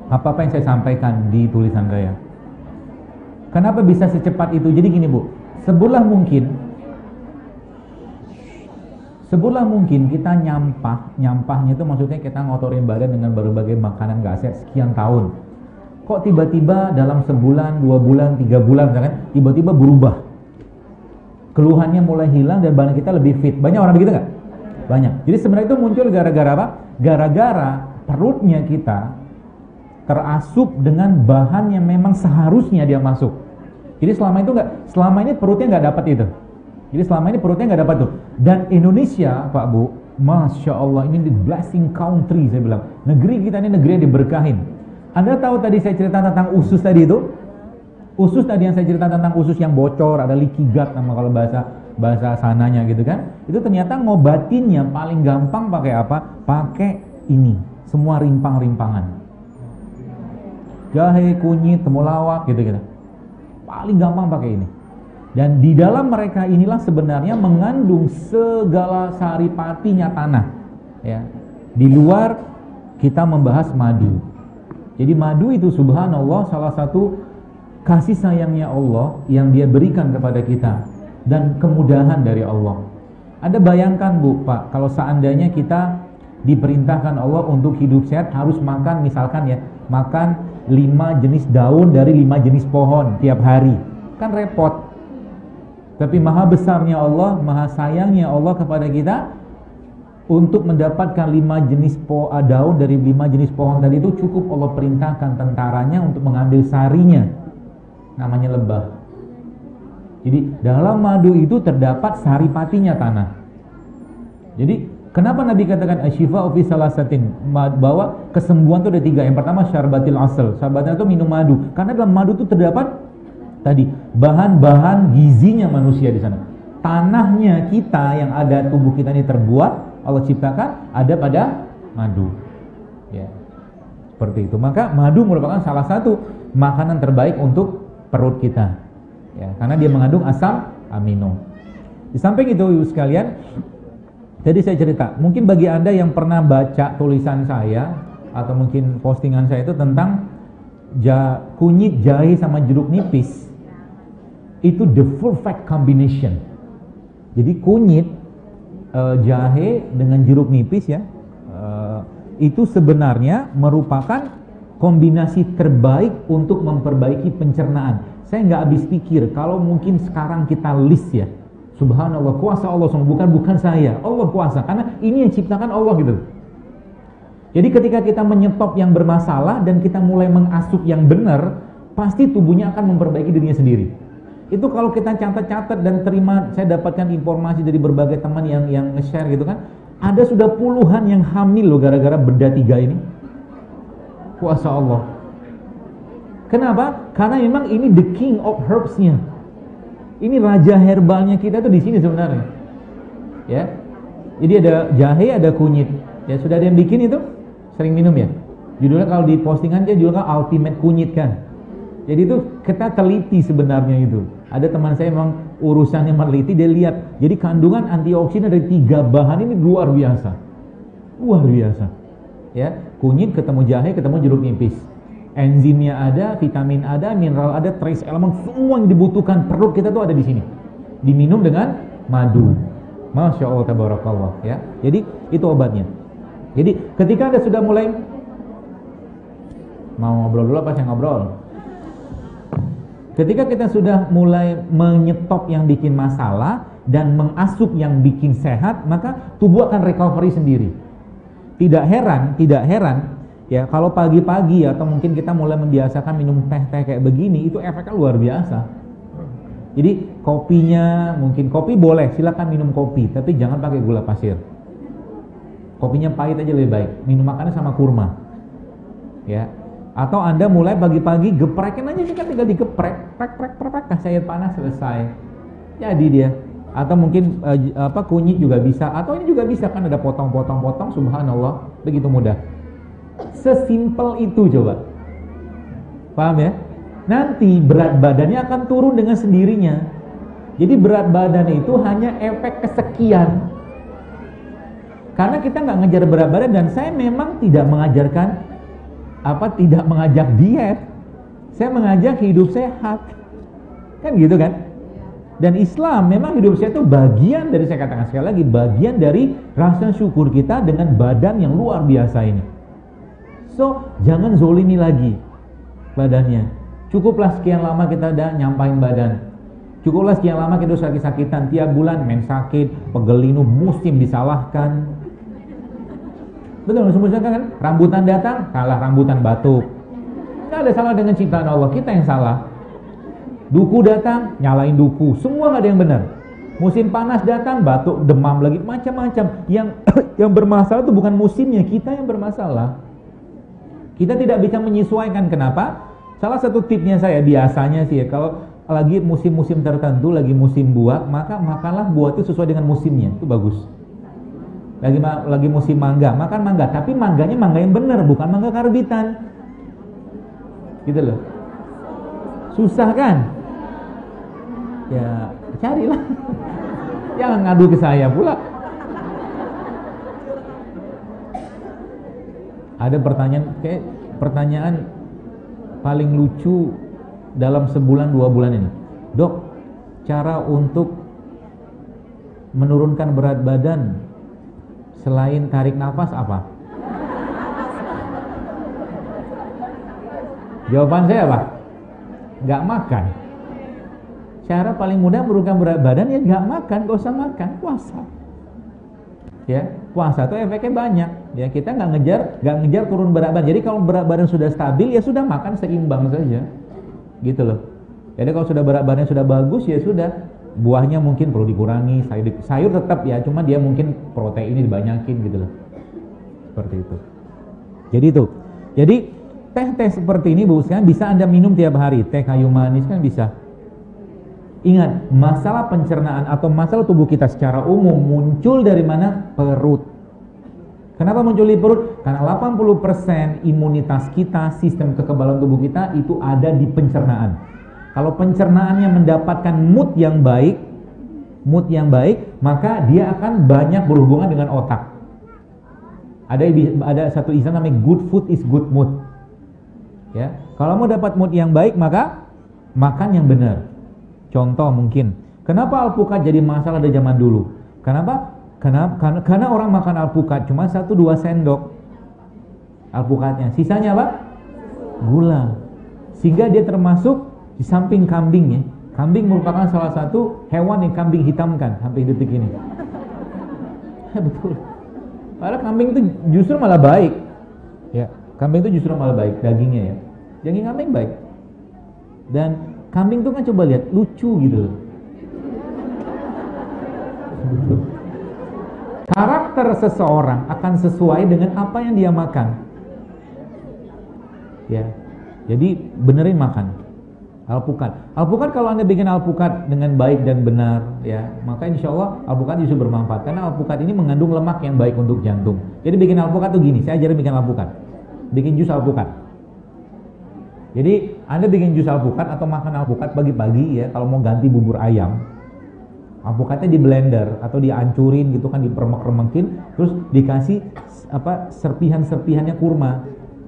C: apa-apa yang saya sampaikan di tulisan saya. Kenapa bisa secepat itu? Jadi gini Bu, sebulan mungkin sebulan mungkin kita nyampah, nyampahnya itu maksudnya kita ngotorin badan dengan berbagai makanan gak sehat sekian tahun. Kok tiba-tiba dalam sebulan, dua bulan, tiga bulan kan, tiba-tiba berubah. Keluhannya mulai hilang dan badan kita lebih fit. Banyak orang begitu nggak? Banyak. Jadi sebenarnya itu muncul gara-gara apa? Gara-gara perutnya kita terasup dengan bahan yang memang seharusnya dia masuk. Jadi selama itu nggak, selama ini perutnya nggak dapat itu. Jadi selama ini perutnya nggak dapat tuh. Dan Indonesia, Pak Bu, Masya Allah, ini the blessing country saya bilang. Negeri kita ini negeri yang diberkahin. Anda tahu tadi saya cerita tentang usus tadi itu? Usus tadi yang saya cerita tentang usus yang bocor, ada leaky gut nama kalau bahasa bahasa sananya gitu kan. Itu ternyata ngobatinnya paling gampang pakai apa? Pakai ini, semua rimpang-rimpangan. Jahe, kunyit, temulawak gitu-gitu. Paling gampang pakai ini. Dan di dalam mereka inilah sebenarnya mengandung segala saripatinya tanah. Ya. Di luar kita membahas madu. Jadi madu itu subhanallah salah satu kasih sayangnya Allah yang dia berikan kepada kita dan kemudahan dari Allah. Ada bayangkan Bu, Pak, kalau seandainya kita diperintahkan Allah untuk hidup sehat harus makan misalkan ya, makan lima jenis daun dari lima jenis pohon tiap hari. Kan repot. Tapi maha besarnya Allah, maha sayangnya Allah kepada kita untuk mendapatkan lima jenis po daun dari lima jenis pohon tadi itu cukup Allah perintahkan tentaranya untuk mengambil sarinya. Namanya lebah. Jadi dalam madu itu terdapat saripatinya tanah. Jadi kenapa Nabi katakan asyifa'u fi salasatin, bahwa kesembuhan itu ada tiga. Yang pertama syarbatil asal, syarbatnya itu minum madu. Karena dalam madu itu terdapat tadi bahan-bahan gizinya manusia di sana. Tanahnya kita yang ada tubuh kita ini terbuat, Allah ciptakan ada pada madu. Ya. Seperti itu. Maka madu merupakan salah satu makanan terbaik untuk perut kita, ya, karena dia mengandung asam amino. Di samping itu ibu sekalian, jadi saya cerita, mungkin bagi Anda yang pernah baca tulisan saya atau mungkin postingan saya itu tentang ja, kunyit, jahe sama jeruk nipis, itu the perfect combination. Jadi kunyit, uh, jahe dengan jeruk nipis ya, uh, itu sebenarnya merupakan kombinasi terbaik untuk memperbaiki pencernaan. Saya nggak habis pikir kalau mungkin sekarang kita list ya, subhanallah kuasa Allah, bukan bukan saya, Allah kuasa, karena ini yang ciptakan Allah gitu. Jadi ketika kita menyetop yang bermasalah dan kita mulai mengasup yang benar, pasti tubuhnya akan memperbaiki dirinya sendiri. Itu kalau kita catat-catat dan terima, saya dapatkan informasi dari berbagai teman yang yang nge-share gitu kan, ada sudah puluhan yang hamil loh gara-gara beda tiga ini. Kuasa Allah. Kenapa? Karena memang ini the king of herbs-nya. Ini raja herbalnya kita tuh di sini sebenarnya. Ya. Jadi ada jahe, ada kunyit. Ya sudah ada yang bikin itu? Sering minum ya? Judulnya kalau di postingan dia judulnya ultimate kunyit kan. Jadi itu kita teliti sebenarnya itu. Ada teman saya memang urusannya meneliti, dia lihat. Jadi kandungan antioksidan dari tiga bahan ini luar biasa. Luar biasa. Ya, kunyit ketemu jahe ketemu jeruk nipis. Enzimnya ada, vitamin ada, mineral ada, trace elemen, semua yang dibutuhkan perut kita tuh ada di sini. Diminum dengan madu. Masya Allah tabarakallah ya. Jadi itu obatnya. Jadi ketika Anda sudah mulai mau ngobrol dulu apa saya ngobrol? Ketika kita sudah mulai menyetop yang bikin masalah dan mengasup yang bikin sehat, maka tubuh akan recovery sendiri. Tidak heran, tidak heran ya kalau pagi-pagi atau mungkin kita mulai membiasakan minum teh-teh kayak begini, itu efeknya luar biasa. Jadi kopinya, mungkin kopi boleh, silakan minum kopi, tapi jangan pakai gula pasir. Kopinya pahit aja lebih baik. Minum makannya sama kurma. Ya. Atau Anda mulai pagi-pagi geprekin aja, kan tinggal digeprek, prek prek prek prek, kasih air panas selesai. Jadi dia. Atau mungkin uh, apa kunyit juga bisa, atau ini juga bisa kan ada potong-potong-potong, subhanallah, begitu mudah. Sesimpel itu coba. Paham ya? Nanti berat badannya akan turun dengan sendirinya. Jadi berat badan itu hanya efek kesekian. Karena kita nggak ngejar berat badan, dan saya memang tidak mengajarkan apa tidak mengajak diet. Saya mengajak hidup sehat. Kan gitu kan? Dan Islam memang hidup sehat itu bagian dari, saya katakan sekali lagi, bagian dari rasa syukur kita dengan badan yang luar biasa ini. So, jangan zolimi lagi badannya. Cukuplah sekian lama kita udah nyampain badan. Cukuplah sekian lama kita udah sakit-sakitan. Tiap bulan main sakit, pegelinu, musim disalahkan. Betul, semua kan? Rambutan datang, kalah rambutan batuk. Nggak ada salah dengan ciptaan Allah, kita yang salah. Duku datang, nyalain duku. Semua nggak ada yang benar. Musim panas datang, batuk, demam lagi, macam-macam. Yang yang bermasalah itu bukan musimnya, kita yang bermasalah. Kita tidak bisa menyesuaikan. Kenapa? Salah satu tipnya saya biasanya sih ya, kalau lagi musim-musim tertentu, lagi musim buah, maka makanlah buah itu sesuai dengan musimnya. Itu bagus. Lagi lagi musim mangga, makan mangga, tapi mangganya mangga yang benar, bukan mangga karbitan. Gitu loh. Susah kan? Ya, carilah. Jangan ngadu ke saya pula. Ada pertanyaan, kayak pertanyaan paling lucu dalam sebulan dua bulan ini. Dok, cara untuk menurunkan berat badan selain tarik nafas apa? Jawaban saya apa? Gak makan. Cara paling mudah menurunkan berat badan ya gak makan, gak usah makan, puasa. Ya, puasa itu efeknya banyak. Ya, kita nggak ngejar, nggak ngejar turun berat badan. Jadi kalau berat badan sudah stabil ya sudah makan seimbang saja, gitu loh. Jadi kalau sudah berat badan sudah bagus ya sudah, buahnya mungkin perlu dikurangi, sayur, sayur tetap ya, cuma dia mungkin proteinnya dibanyakin gitu loh. Seperti itu. Jadi itu. Jadi teh-teh seperti ini Bu, kan bisa Anda minum tiap hari. Teh kayu manis kan bisa. Ingat, masalah pencernaan atau masalah tubuh kita secara umum muncul dari mana? Perut. Kenapa muncul di perut? Karena delapan puluh persen imunitas kita, sistem kekebalan tubuh kita itu ada di pencernaan. Kalau pencernaannya mendapatkan mood yang baik, mood yang baik, maka dia akan banyak berhubungan dengan otak. Ada ada satu istilah namanya good food is good mood. Ya, kalau mau dapat mood yang baik maka makan yang benar. Contoh mungkin, kenapa alpukat jadi masalah dari zaman dulu? Kenapa? Karena, karena, karena orang makan alpukat cuma satu dua sendok alpukatnya, sisanya apa? Gula. Sehingga dia termasuk di samping kambing ya. Kambing merupakan salah satu hewan yang kambing hitamkan sampai detik ini. Ya, betul. Padahal kambing itu justru malah baik. Ya, kambing itu justru malah baik dagingnya ya. Daging kambing baik. Dan kambing itu kan coba lihat, lucu gitu loh. Karakter seseorang akan sesuai dengan apa yang dia makan. Ya. Jadi benerin makan. Alpukat. Alpukat kalau Anda bikin alpukat dengan baik dan benar ya, maka insya Allah alpukat justru bermanfaat. Karena alpukat ini mengandung lemak yang baik untuk jantung. Jadi bikin alpukat tuh gini, saya ajarin bikin alpukat. Bikin jus alpukat. Jadi Anda bikin jus alpukat atau makan alpukat pagi-pagi ya, kalau mau ganti bubur ayam, alpukatnya di blender atau dihancurin gitu kan, dipermek-remekin, terus dikasih apa serpihan-serpihannya kurma.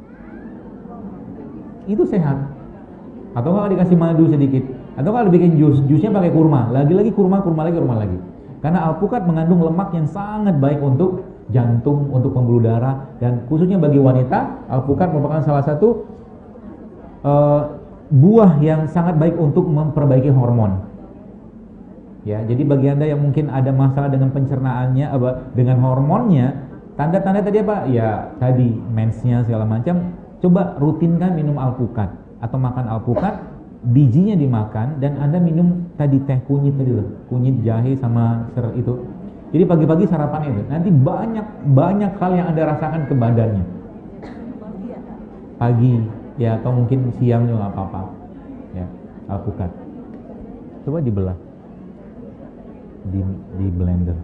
C: Itu sehat. Atau kalau dikasih madu sedikit, atau kalau bikin jus, jusnya pakai kurma, lagi-lagi kurma, kurma lagi, kurma lagi. Karena alpukat mengandung lemak yang sangat baik untuk jantung, untuk pembuluh darah, dan khususnya bagi wanita, alpukat merupakan salah satu Uh, buah yang sangat baik untuk memperbaiki hormon. Ya, jadi bagi Anda yang mungkin ada masalah dengan pencernaannya, apa, dengan hormonnya, tanda-tanda tadi apa? Ya, tadi mensnya segala macam. Coba rutinkan minum alpukat atau makan alpukat, bijinya dimakan dan Anda minum tadi teh kunyit tadi loh, kunyit jahe sama ser itu. Jadi pagi-pagi sarapan itu, nanti banyak banyak hal yang Anda rasakan ke badannya. Pagi. Ya, atau mungkin siang juga nggak apa-apa. Ya, alpukat. Coba dibelah, di, di blender.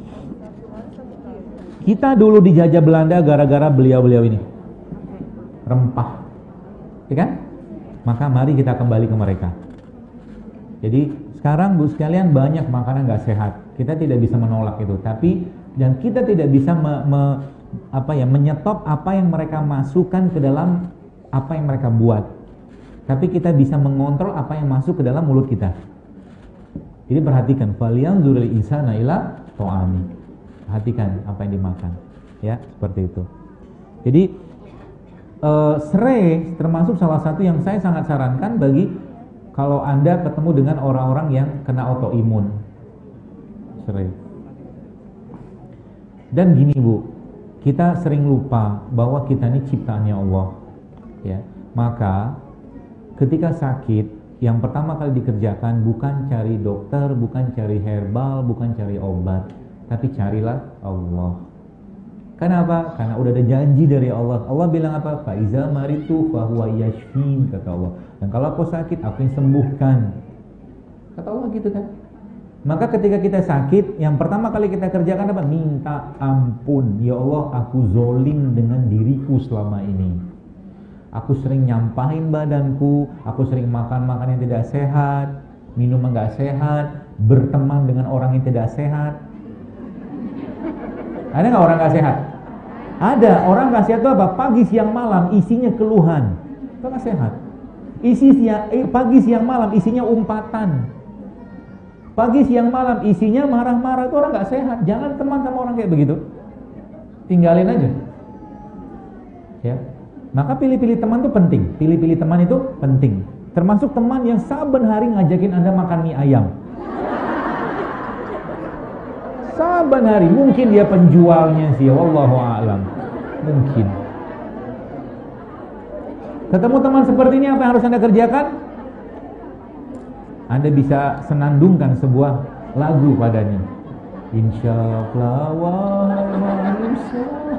C: Kita dulu dijajah Belanda gara-gara beliau-beliau ini, rempah, ya kan? Maka mari kita kembali ke mereka. Jadi sekarang Bu sekalian banyak makanan nggak sehat. Kita tidak bisa menolak itu, tapi dan kita tidak bisa me, me, apa ya menyetop apa yang mereka masukkan ke dalam apa yang mereka buat, tapi kita bisa mengontrol apa yang masuk ke dalam mulut kita. Jadi perhatikan, falyanzuril insana ila ta'ami. Perhatikan apa yang dimakan, ya, seperti itu. Jadi uh, serai termasuk salah satu yang saya sangat sarankan bagi kalau Anda ketemu dengan orang-orang yang kena autoimun. Serai. Dan gini Bu, kita sering lupa bahwa kita ini ciptaannya Allah, ya. Maka ketika sakit, yang pertama kali dikerjakan bukan cari dokter, bukan cari herbal, bukan cari obat, tapi carilah Allah. Kenapa? Karena udah ada janji dari Allah. Allah bilang apa? Fa iza maritu fa huwa yashfin, kata Allah. Dan kalau aku sakit, aku yang sembuhkan. Kata Allah gitu kan. Maka ketika kita sakit, yang pertama kali kita kerjakan apa? Minta ampun. Ya Allah, aku zolim dengan diriku selama ini. Aku sering nyampahin badanku, aku sering makan-makan yang tidak sehat, minum yang nggak sehat, berteman dengan orang yang tidak sehat. Ada nggak orang nggak sehat? Ada. Orang nggak sehat itu apa? Pagi, siang, malam isinya keluhan. Itu nggak sehat. Isi siang, eh, pagi, siang, malam isinya umpatan. Pagi, siang, malam isinya marah-marah. Itu orang nggak sehat. Jangan teman sama orang kayak begitu. Tinggalin aja. Ya. Maka pilih-pilih teman itu penting. Pilih-pilih teman itu penting. Termasuk teman yang saben hari ngajakin Anda makan mie ayam. Saben hari. Mungkin dia penjualnya sih, wallahu a'lam. Mungkin. Ketemu teman seperti ini, apa yang harus Anda kerjakan? Anda bisa senandungkan sebuah lagu padanya. Insyaallah wahai manusia.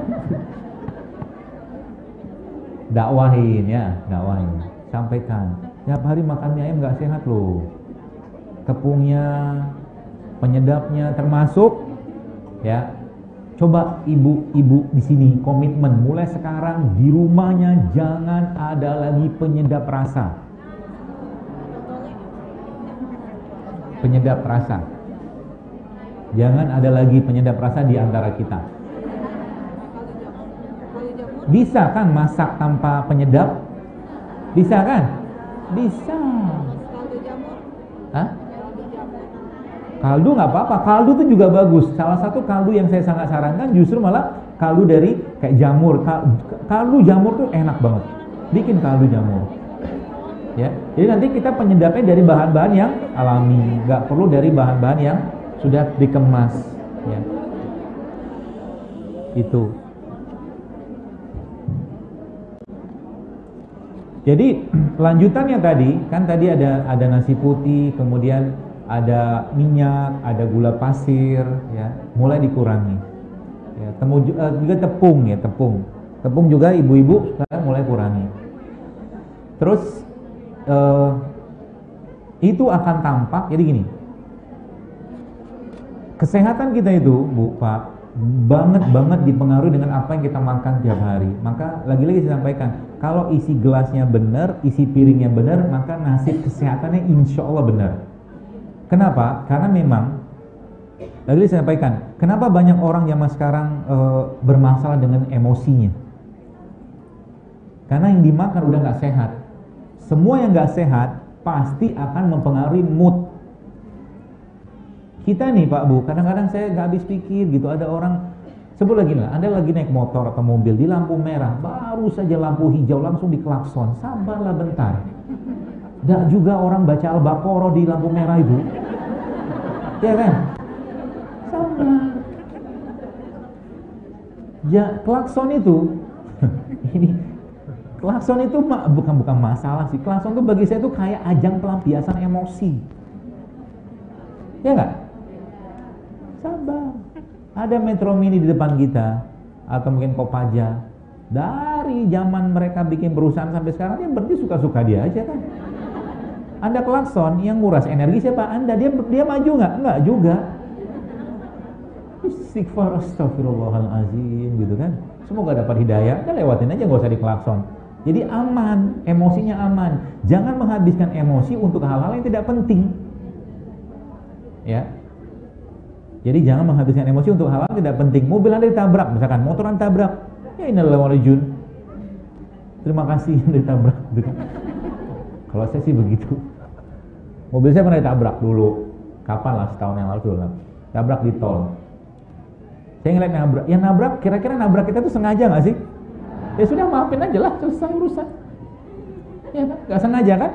C: Dakwahin ya, dakwahin. Sampaikan. Tiap hari makan mie ayam nggak sehat loh. Tepungnya, penyedapnya termasuk ya. Coba ibu-ibu di sini komitmen mulai sekarang di rumahnya jangan ada lagi penyedap rasa. Penyedap rasa. Jangan ada lagi penyedap rasa di antara kita. Bisa kan masak tanpa penyedap? Bisa kan? Bisa. Hah? Kaldu nggak apa-apa. Kaldu itu juga bagus. Salah satu kaldu yang saya sangat sarankan justru malah kaldu dari kayak jamur. Kaldu jamur tuh enak banget. Bikin kaldu jamur. Ya. Jadi nanti kita penyedapnya dari bahan-bahan yang alami. Nggak perlu dari bahan-bahan yang sudah dikemas. Ya. Itu. Jadi lanjutannya tadi kan tadi ada ada nasi putih, kemudian ada minyak, ada gula pasir, ya mulai dikurangi. Ya, temu uh, juga tepung ya tepung, tepung juga ibu-ibu sekarang mulai kurangi. Terus uh, itu akan tampak. Jadi gini, kesehatan kita itu Bu Pak banget banget dipengaruhi dengan apa yang kita makan tiap hari. Maka lagi-lagi saya sampaikan, kalau isi gelasnya benar, isi piringnya benar, maka nasib kesehatannya insya Allah benar. Kenapa? Karena memang lagi-lagi saya sampaikan, kenapa banyak orang zaman sekarang e, bermasalah dengan emosinya? Karena yang dimakan udah nggak sehat. Semua yang nggak sehat pasti akan mempengaruhi mood. Kita nih Pak Bu, kadang-kadang saya nggak habis pikir gitu. Ada orang, sebut lagi lah, Anda lagi naik motor atau mobil di lampu merah, baru saja lampu hijau langsung diklakson. Sabarlah bentar. Nggak juga orang baca Al-Baqarah di lampu merah itu, ya kan? Sabar. Ya klakson itu, ini klakson itu bukan bukan masalah sih. Klakson itu bagi saya itu kayak ajang pelampiasan emosi, ya nggak? Sabar. Ada Metro Mini di depan kita atau mungkin Kopaja. Dari zaman mereka bikin perusahaan sampai sekarang dia berhenti suka-suka dia aja kan. Anda klakson yang nguras energi siapa? Anda. Dia dia maju nggak? Nggak juga. Istighfar, astagfirullahalazim gitu kan. Semoga dapat hidayah. Udah lewatin aja, nggak usah diklakson. Jadi aman, emosinya aman. Jangan menghabiskan emosi untuk hal-hal yang tidak penting. Ya. Jadi jangan menghabiskan emosi untuk hal-hal tidak penting. Mobil Anda ditabrak, misalkan motor Anda tabrak, ya innalillahi wa inna ilaihi raji'un. terima kasih yang ditabrak. Kalau saya sih begitu. Mobil saya pernah ditabrak dulu. Kapan lah, setahun yang lalu dulu lah. Tabrak di tol. Saya ngeliat nabrak. Yang nabrak, kira-kira nabrak kita tuh sengaja nggak sih? Ya sudah, maafin aja lah, selesai urusan. Ya kan? Nggak sengaja kan?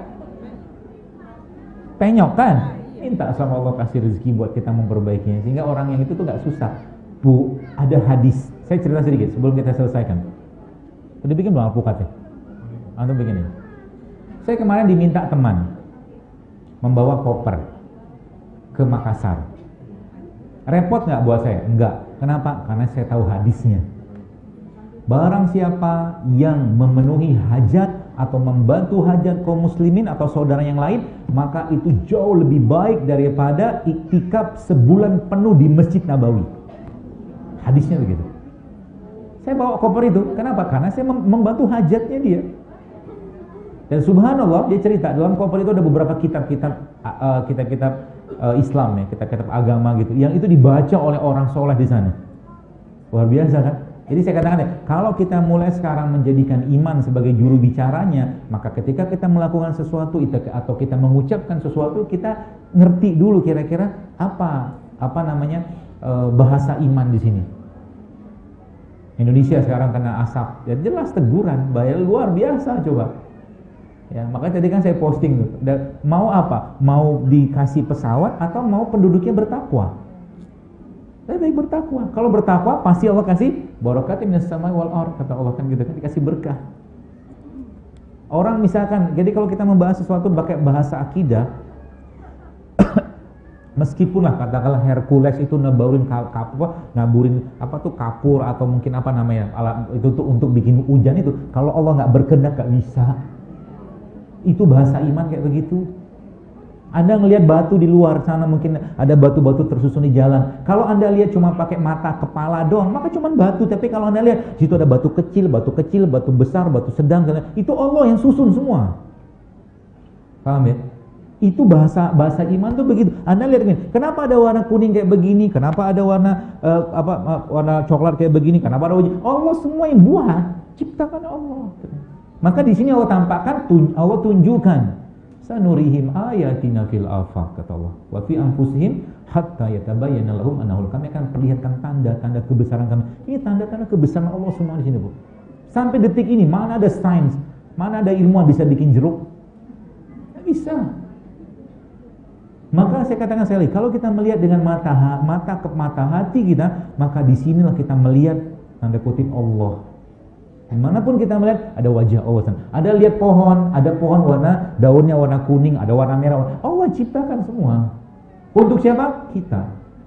C: Penyok kan? Minta sama Allah kasih rezeki buat kita memperbaikinya. Sehingga orang yang itu tuh nggak susah. Bu, ada hadis. Saya cerita sedikit sebelum kita selesaikan. Udah bikin belum alpukatnya? Antum bikin ini. Saya kemarin diminta teman membawa koper ke Makassar. Repot nggak buat saya? Enggak. Kenapa? Karena saya tahu hadisnya. Barang siapa yang memenuhi hajat atau membantu hajat kaum muslimin atau saudara yang lain, maka itu jauh lebih baik daripada iktikaf sebulan penuh di Masjid Nabawi. Hadisnya begitu. Saya bawa koper itu. Kenapa? Karena saya membantu hajatnya dia. Dan subhanallah, dia cerita dalam koper itu ada beberapa kitab-kitab uh, kitab-kitab uh, Islam ya, kitab-kitab agama gitu, yang itu dibaca oleh orang soleh di sana. Luar biasa kan? Jadi saya katakan ya, kalau kita mulai sekarang menjadikan iman sebagai juru bicaranya, maka ketika kita melakukan sesuatu itu, atau kita mengucapkan sesuatu, kita ngerti dulu kira-kira apa apa namanya uh, bahasa iman di sini. Indonesia sekarang kena asap, ya jelas teguran, bahaya luar biasa coba. Ya, makanya tadi kan saya posting tuh. Dan mau apa? Mau dikasih pesawat atau mau penduduknya bertakwa? Lebih baik bertakwa. Kalau bertakwa pasti Allah kasih barakatin minas samai wal ardh, kata Allah kan gitu kan, dikasih berkah. Orang misalkan, jadi kalau kita membahas sesuatu pakai bahasa akidah, meskipun lah katakanlah Hercules itu naburin kapur, naburin apa tuh kapur atau mungkin apa namanya alat itu tuh untuk bikin hujan itu, kalau Allah nggak berkehendak nggak bisa. Itu bahasa iman kayak begitu. Anda ngelihat batu di luar sana, mungkin ada batu-batu tersusun di jalan. Kalau Anda lihat cuma pakai mata kepala doang, maka cuma batu. Tapi kalau Anda lihat situ ada batu kecil, batu kecil, batu besar, batu sedang, itu Allah yang susun semua. Paham ya? Itu bahasa bahasa iman tuh begitu. Anda lihat gini, kenapa ada warna kuning kayak begini? Kenapa ada warna uh, apa uh, warna coklat kayak begini? Kenapa ada wajah? Allah semua yang buat, ciptakan Allah. Maka di sini Allah tampakkan, Allah tunjukkan, sanurihim ayatina fil afaq, kata Allah, wa fi anfusihim hatta yatabayyana lahum annahu, kami akan perlihatkan tanda-tanda kebesaran kami. Ini tanda-tanda kebesaran Allah semua di sini, Bu. Sampai detik ini mana ada sains, mana ada ilmuwan bisa bikin jeruk? Tidak bisa. Maka saya katakan sekali, kalau kita melihat dengan mata mata ke mata hati kita, maka di sinilah kita melihat tanda kutip Allah. Dimanapun kita melihat ada wajah Allah. Ada lihat pohon, ada pohon warna daunnya warna kuning, ada warna merah. Allah ciptakan semua. Untuk siapa? Kita.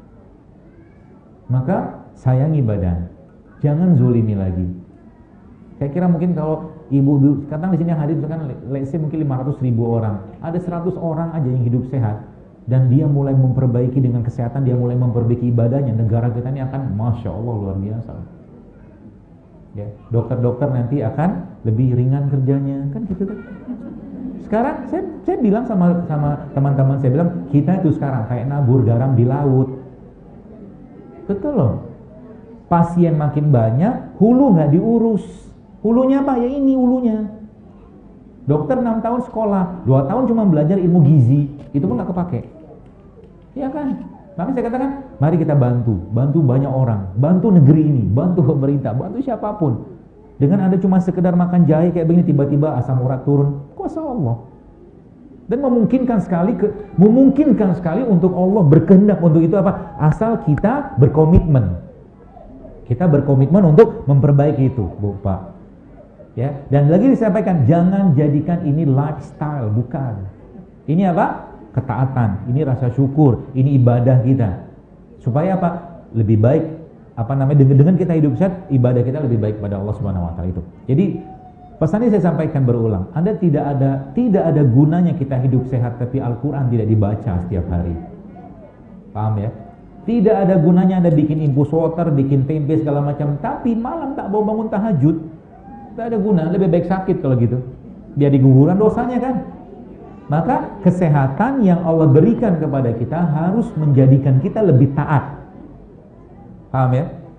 C: Maka sayangi badan, jangan zolimi lagi. Saya kira mungkin kalau ibu, sekarang di sini yang hadir kan, let's say mungkin lima ratus ribu orang, ada seratus orang aja yang hidup sehat, dan dia mulai memperbaiki dengan kesehatan, dia mulai memperbaiki ibadahnya, negara kita ini akan masya Allah luar biasa. Ya, dokter-dokter nanti akan lebih ringan kerjanya, kan gitu kan. Sekarang saya, saya bilang sama sama teman-teman saya bilang, kita itu sekarang kayak nabur garam di laut. Betul loh. Pasien makin banyak, hulu nggak diurus. Hulunya apa? Ya ini hulunya. Dokter enam tahun sekolah, dua tahun cuma belajar ilmu gizi, itu pun nggak kepake. Ya kan? Maka saya katakan, mari kita bantu, bantu banyak orang, bantu negeri ini, bantu pemerintah, bantu siapapun. Dengan Anda cuma sekedar makan jahe kayak begini, tiba-tiba asam urat turun, kuasa Allah. Dan memungkinkan sekali, ke, memungkinkan sekali untuk Allah berkehendak untuk itu apa? Asal kita berkomitmen. Kita berkomitmen untuk memperbaiki itu, Bu, Pak. Ya, dan lagi disampaikan, jangan jadikan ini lifestyle, bukan. Ini apa? Ketaatan, ini rasa syukur, ini ibadah kita. Supaya apa? Lebih baik, apa namanya, dengan, dengan kita hidup sehat, ibadah kita lebih baik pada Allah Subhanahu wa taala itu. Jadi, pesan ini saya sampaikan berulang. Anda tidak ada tidak ada gunanya kita hidup sehat tapi Al-Qur'an tidak dibaca setiap hari. Paham ya? Tidak ada gunanya Anda bikin infus water, bikin tempe segala macam, tapi malam tak mau bangun tahajud. Tidak ada guna, lebih baik sakit kalau gitu. Biar diguguran dosanya kan. Maka kesehatan yang Allah berikan kepada kita harus menjadikan kita lebih taat. Paham ya?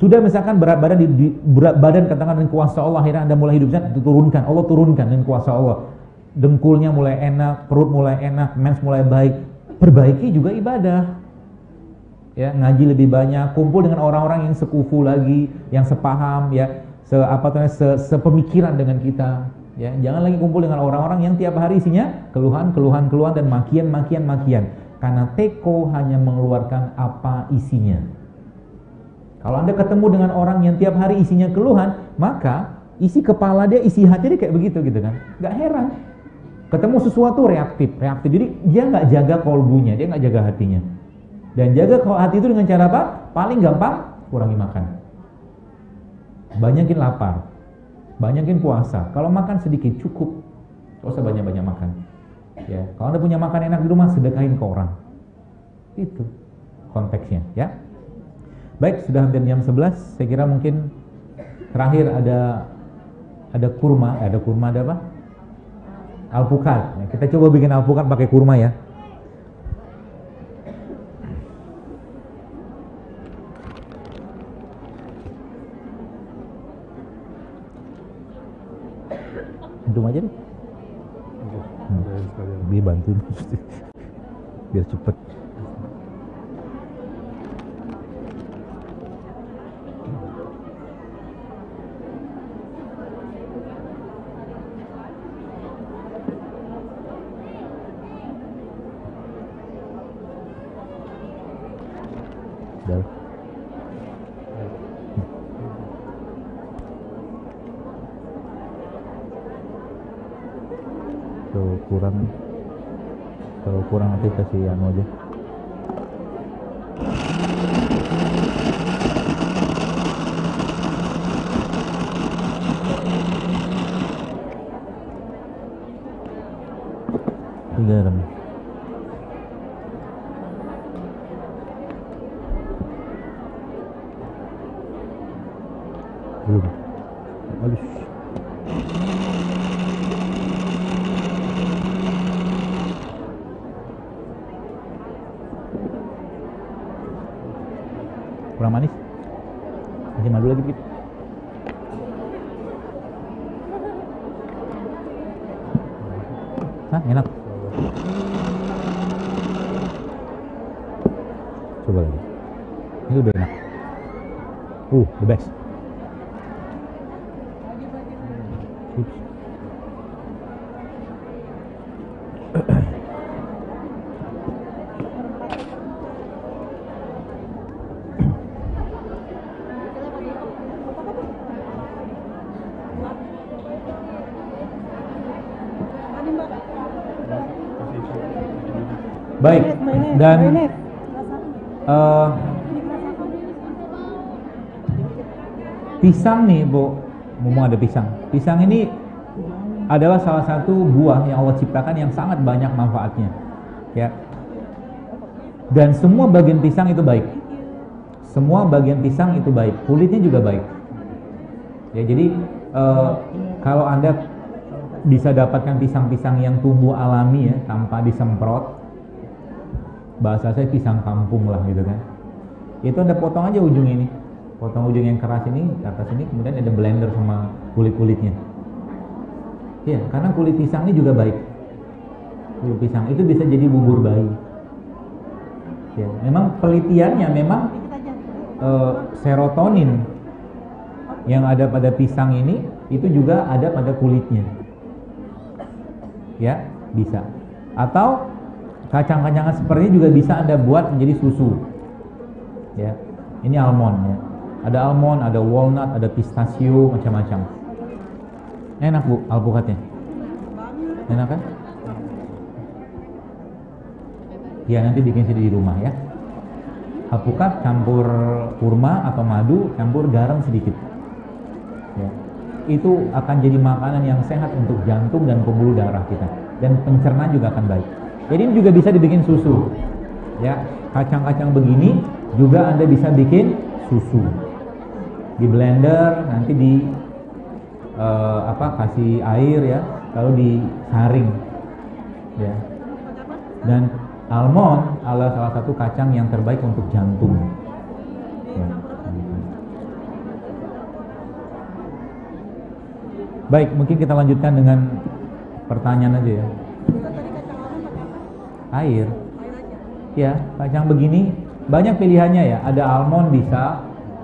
C: Sudah misalkan berat badan di, di berat badan katakan dengan kuasa Allah, akhirnya Anda mulai hidup sehat, diturunkan, Allah turunkan dengan kuasa Allah. Dengkulnya mulai enak, perut mulai enak, mens mulai baik. Perbaiki juga ibadah. Ya, ngaji lebih banyak, kumpul dengan orang-orang yang sekufu lagi, yang sepaham, ya, se apa tuh, se sepemikiran dengan kita. Ya, jangan lagi kumpul dengan orang-orang yang tiap hari isinya keluhan, keluhan, keluhan dan makian, makian, makian. Karena teko hanya mengeluarkan apa isinya. Kalau Anda ketemu dengan orang yang tiap hari isinya keluhan, maka isi kepala dia, isi hati dia kayak begitu gitu kan. Gak heran. Ketemu sesuatu reaktif, reaktif. Jadi dia nggak jaga kolbunya, dia nggak jaga hatinya. Dan jaga hati itu dengan cara apa? Paling gampang, kurangi makan. Banyakin lapar, banyakin puasa. Kalau makan sedikit cukup, gak usah banyak-banyak makan. Ya, kalau Anda punya makan enak di rumah, sedekahin ke orang. Itu konteksnya, ya. Baik, sudah hampir jam sebelas. Saya kira mungkin terakhir ada ada kurma, eh, ada kurma ada apa? Alpukat. Ya, kita coba bikin alpukat pakai kurma ya. Antum aja deh. Hmm. Biar bantuin biar cepet. Dah. Kalau kurang, kalau kurang nanti kasih anu aja. Ini garam. Belum. Halus. Kurang manis. Kasih madu lagi dikit. Hah, enak. Coba lagi. Ini udah enak. Uh, the best. Oops. Baik, dan uh, pisang nih Bu, ngomong ada pisang. Pisang ini adalah salah satu buah yang Allah ciptakan yang sangat banyak manfaatnya, ya. Dan semua bagian pisang itu baik. Semua bagian pisang itu baik. Kulitnya juga baik. Ya, jadi uh, kalau Anda bisa dapatkan pisang-pisang yang tumbuh alami ya, tanpa disemprot. Bahasa saya pisang kampung lah gitu kan. Itu Anda potong aja ujung ini, potong ujung yang keras ini ke atas ini, kemudian ada blender sama kulit-kulitnya. Ya, karena kulit pisang ini juga baik. Kulit pisang itu bisa jadi bubur bayi. Ya, memang penelitiannya memang uh, serotonin yang ada pada pisang ini itu juga ada pada kulitnya. Ya, bisa. Atau kacang-kacangan seperti ini juga bisa Anda buat menjadi susu. Ya. Ini almond ya. Ada almond, ada walnut, ada pistachio, macam-macam. Enak Bu alpukatnya. Enak kan? Ya, nanti bikin sendiri di rumah ya. Alpukat campur kurma atau madu, campur garam sedikit. Ya. Itu akan jadi makanan yang sehat untuk jantung dan pembuluh darah kita, dan pencernaan juga akan baik. Jadi ini juga bisa dibikin susu. Ya, kacang-kacang begini juga Anda bisa bikin susu. Di blender nanti di uh, apa kasih air ya, lalu disaring. Ya. Dan almond adalah salah satu kacang yang terbaik untuk jantung. Ya. Baik, mungkin kita lanjutkan dengan pertanyaan aja ya. Air. Ya, kacang begini banyak pilihannya ya. Ada almond bisa.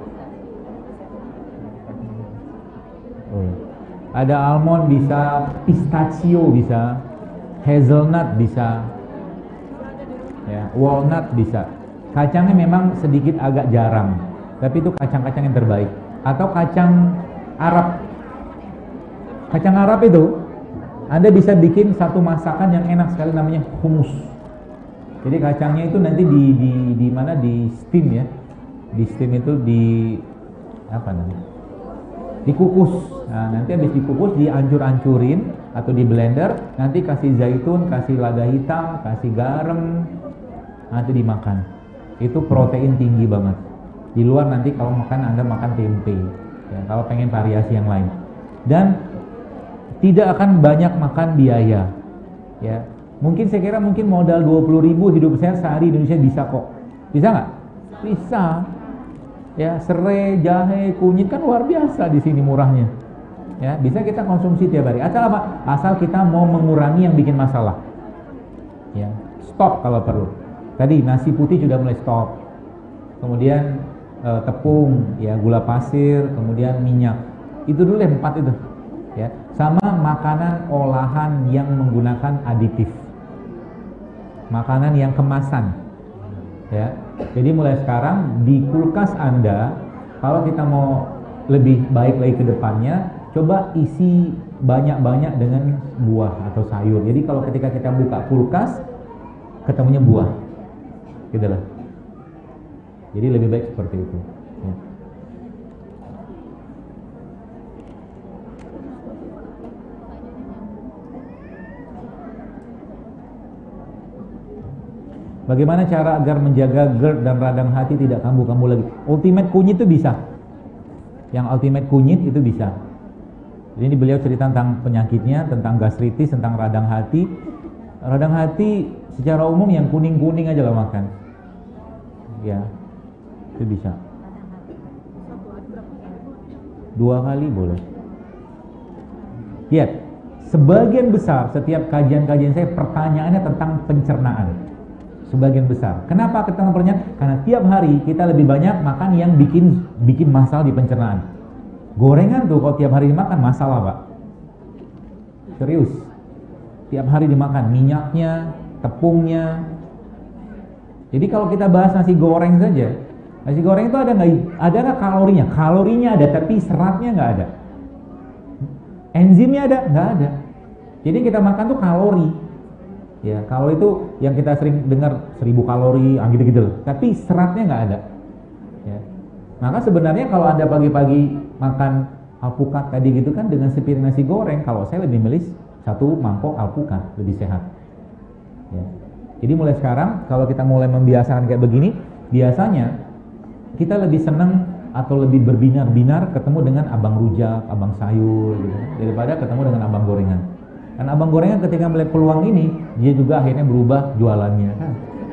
C: Oh. Ada almond bisa, pistachio bisa, hazelnut bisa, ya, walnut bisa. Kacangnya memang sedikit agak jarang, tapi itu kacang-kacang yang terbaik. Atau kacang Arab. Kacang Arab itu Anda bisa bikin satu masakan yang enak sekali, namanya hummus. Jadi kacangnya itu nanti di di di mana di steam ya. Di steam itu di apa namanya? Dikukus. Nah, nanti habis dikukus dihancur-hancurin atau di blender, nanti kasih zaitun, kasih lada hitam, kasih garam, nanti dimakan. Itu protein tinggi banget. Di luar nanti kalau makan Anda makan tempe. Ya, kalau pengen variasi yang lain. Dan tidak akan banyak makan biaya. Ya. Mungkin saya kira mungkin modal dua puluh ribu hidup saya sehari di Indonesia bisa kok. Bisa nggak? Bisa. Ya, serai, jahe, kunyit kan luar biasa di sini murahnya. Ya, bisa kita konsumsi tiap hari. Asal apa? Asal kita mau mengurangi yang bikin masalah. Ya, stop kalau perlu. Tadi nasi putih sudah mulai stop. Kemudian e, tepung, ya, gula pasir, kemudian minyak. Itu dulu deh empat itu. Ya, sama makanan olahan yang menggunakan aditif. Makanan yang kemasan. Ya. Jadi mulai sekarang di kulkas Anda, kalau kita mau lebih baik lagi ke depannya, coba isi banyak-banyak dengan buah atau sayur. Jadi kalau ketika kita buka kulkas, ketemunya buah, gitu lah. Jadi lebih baik seperti itu. Ya. Bagaimana cara agar menjaga GERD dan radang hati tidak kambuh-kambuh lagi? Ultimate kunyit itu bisa. Yang ultimate kunyit itu bisa. Jadi ini beliau cerita tentang penyakitnya, tentang gastritis, tentang radang hati. Radang hati secara umum yang kuning-kuning aja lah makan. Ya, itu bisa. Dua kali boleh. Lihat, sebagian besar setiap kajian-kajian saya pertanyaannya tentang pencernaan. Sebagian besar. Kenapa kita pertanyaan? Karena tiap hari kita lebih banyak makan yang bikin bikin masalah di pencernaan. Gorengan tuh kalau tiap hari dimakan masalah, Pak. Serius. Tiap hari dimakan minyaknya, tepungnya. Jadi kalau kita bahas nasi goreng saja, nasi goreng itu ada nggak? Ada nggak kalorinya? Kalorinya ada, tapi seratnya nggak ada. Enzimnya ada? Nggak ada. Jadi kita makan tuh kalori. Ya, kalau itu yang kita sering dengar seribu kalori, ah gitu-gitu. Tapi seratnya nggak ada. Ya. Maka sebenarnya kalau Anda pagi-pagi makan alpukat tadi gitu kan dengan sepiring nasi goreng, kalau saya lebih milih satu mangkok alpukat, lebih sehat. Ya. Jadi mulai sekarang kalau kita mulai membiasakan kayak begini, biasanya kita lebih senang atau lebih berbinar-binar ketemu dengan abang rujak, abang sayur gitu, daripada ketemu dengan abang gorengan. Dan abang gorengan ketika melihat peluang ini, dia juga akhirnya berubah jualannya kan.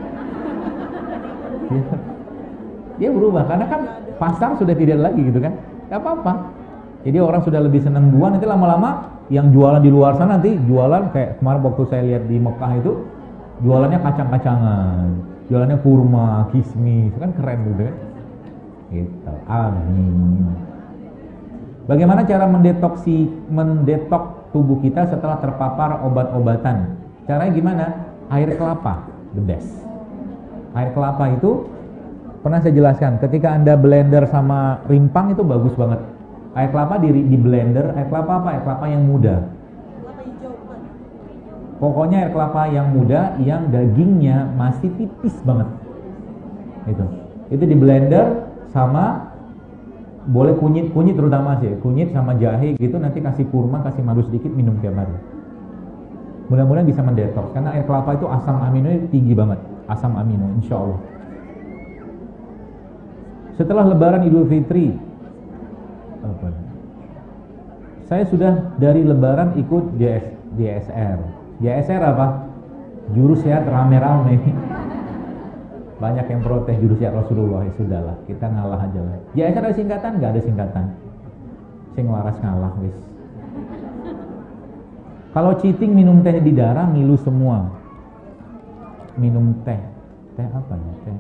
C: Dia berubah karena kan pasar sudah tidak lagi gitu kan. Gak apa-apa. Jadi orang sudah lebih senang buah, nanti lama-lama yang jualan di luar sana nanti jualan kayak kemarin waktu saya lihat di Mekah itu, jualannya kacang-kacangan, jualannya kurma, kismis, kan keren gitu kan. Gitu. Amin. Bagaimana cara mendetoksi mendetok tubuh kita setelah terpapar obat-obatan? Caranya gimana? Air kelapa, the best. Air kelapa itu pernah saya jelaskan, ketika Anda blender sama rimpang itu bagus banget. Air kelapa di, di blender, air kelapa apa? Air kelapa yang muda. Pokoknya air kelapa yang muda yang dagingnya masih tipis banget. Itu. Itu di blender sama boleh kunyit-kunyit terutama sih, kunyit sama jahe gitu, nanti kasih kurma, kasih madu sedikit, minum tiap hari. Mudah-mudahan bisa mendetoks karena air kelapa itu asam aminonya tinggi banget, asam amino, insya Allah. Setelah Lebaran Idul Fitri, apa? Saya sudah dari Lebaran ikut J S R. J S R apa? Juru sehat rame-rame. Banyak yang protes juru sehat Rasulullah, ya sudahlah, kita ngalah aja lah. J S R ada singkatan? Nggak ada singkatan. Sing waras ngalah, wis. Kalau cheating minum teh di darah, ngilu semua. Minum teh. Teh apa ya? Teh.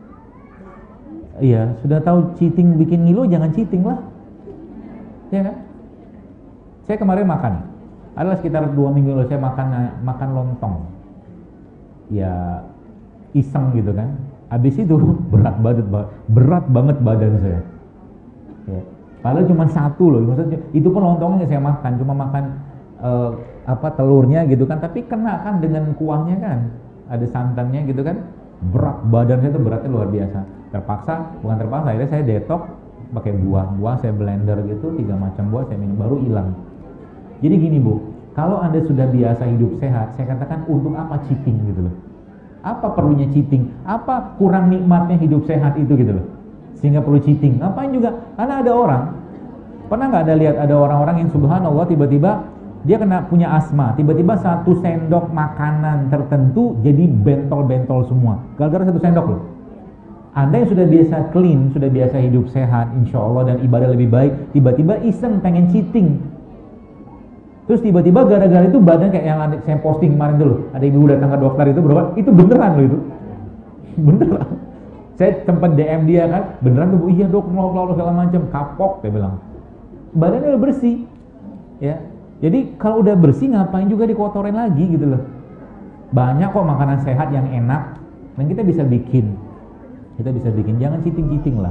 C: Iya, sudah tahu cheating bikin ngilu, jangan cheating lah. Ya kan? Saya kemarin makan. Adalah sekitar dua minggu lalu saya makan makan lontong. Ya iseng gitu kan. Habis itu berat banget, berat banget badan saya. Ya. Padahal cuma satu loh, maksudnya itu pun lontongnya saya makan, cuma makan uh, apa telurnya gitu kan, tapi kena kan dengan kuahnya kan, ada santannya gitu kan, berat badan saya itu beratnya luar biasa. Terpaksa, bukan terpaksa, akhirnya saya detox pakai buah, buah saya blender gitu, tiga macam buah saya minum baru hilang. Jadi gini Bu, kalau Anda sudah biasa hidup sehat, saya katakan untuk apa cheating gitu loh. Apa perlunya cheating? Apa kurang nikmatnya hidup sehat itu gitu loh, sehingga perlu cheating? Ngapain juga? Karena ada orang, pernah nggak ada lihat ada orang-orang yang subhanallah tiba-tiba dia kena punya asma, tiba-tiba satu sendok makanan tertentu jadi bentol-bentol semua, gara-gara satu sendok loh. Anda yang sudah biasa clean, sudah biasa hidup sehat, insya Allah dan ibadah lebih baik, tiba-tiba iseng pengen cheating. Terus tiba-tiba gara-gara itu badan kayak yang saya posting kemarin dulu, ada ibu datang ke dokter itu berobat, itu beneran loh itu, beneran. Saya sempat D M dia kan, beneran tuh Bu, iya dok, melolol segala macam, kapok, dia bilang. Badannya udah bersih, ya. Jadi kalau udah bersih ngapain juga dikotorin lagi gitu loh. Banyak kok makanan sehat yang enak, dan kita bisa bikin, kita bisa bikin, jangan cheating-cheating lah.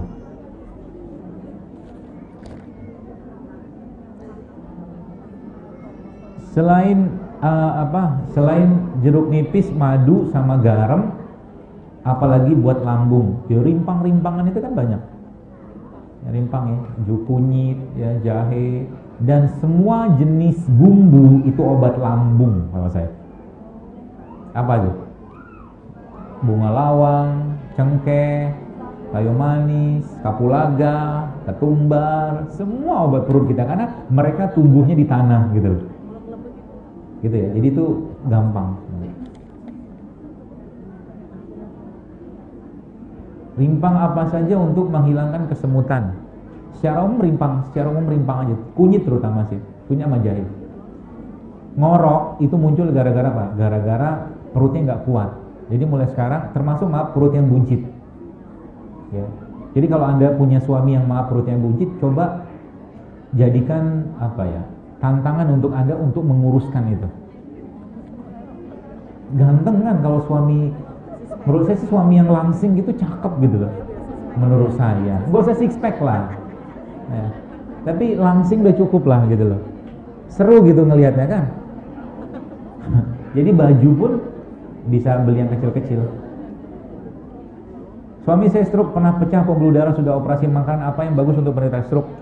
C: Selain uh, apa? Selain jeruk nipis, madu sama garam, apalagi buat lambung. Ya, rimpang-rimpangan itu kan banyak. Ya, rimpang ya, jeruk kunyit, ya, jahe, dan semua jenis bumbu itu obat lambung kalau saya. Apa aja? Bunga lawang, cengkeh, kayu manis, kapulaga, ketumbar, semua obat perut kita karena mereka tumbuhnya di tanah gitu loh. Gitu ya, jadi itu gampang. Rimpang apa saja untuk menghilangkan kesemutan? Secara umum rimpang, secara umum rimpang aja, kunyit terutama sih, kunyit sama jahe. Ngorok itu muncul gara-gara apa? Gara-gara perutnya nggak kuat. Jadi mulai sekarang, termasuk maaf perut yang buncit. Ya. Jadi kalau Anda punya suami yang maaf perut yang buncit, coba jadikan apa ya? Tantangan untuk Anda untuk menguruskan itu. Ganteng kan kalau suami, menurut saya sih suami yang langsing gitu cakep gitu loh. Menurut saya, gak usah six pack lah. Ya. Tapi langsing udah cukup lah gitu loh. Seru gitu ngelihatnya kan. Jadi baju pun bisa beli yang kecil-kecil. Suami saya stroke, pernah pecah pembuluh darah, sudah operasi, makan apa yang bagus untuk penderita stroke?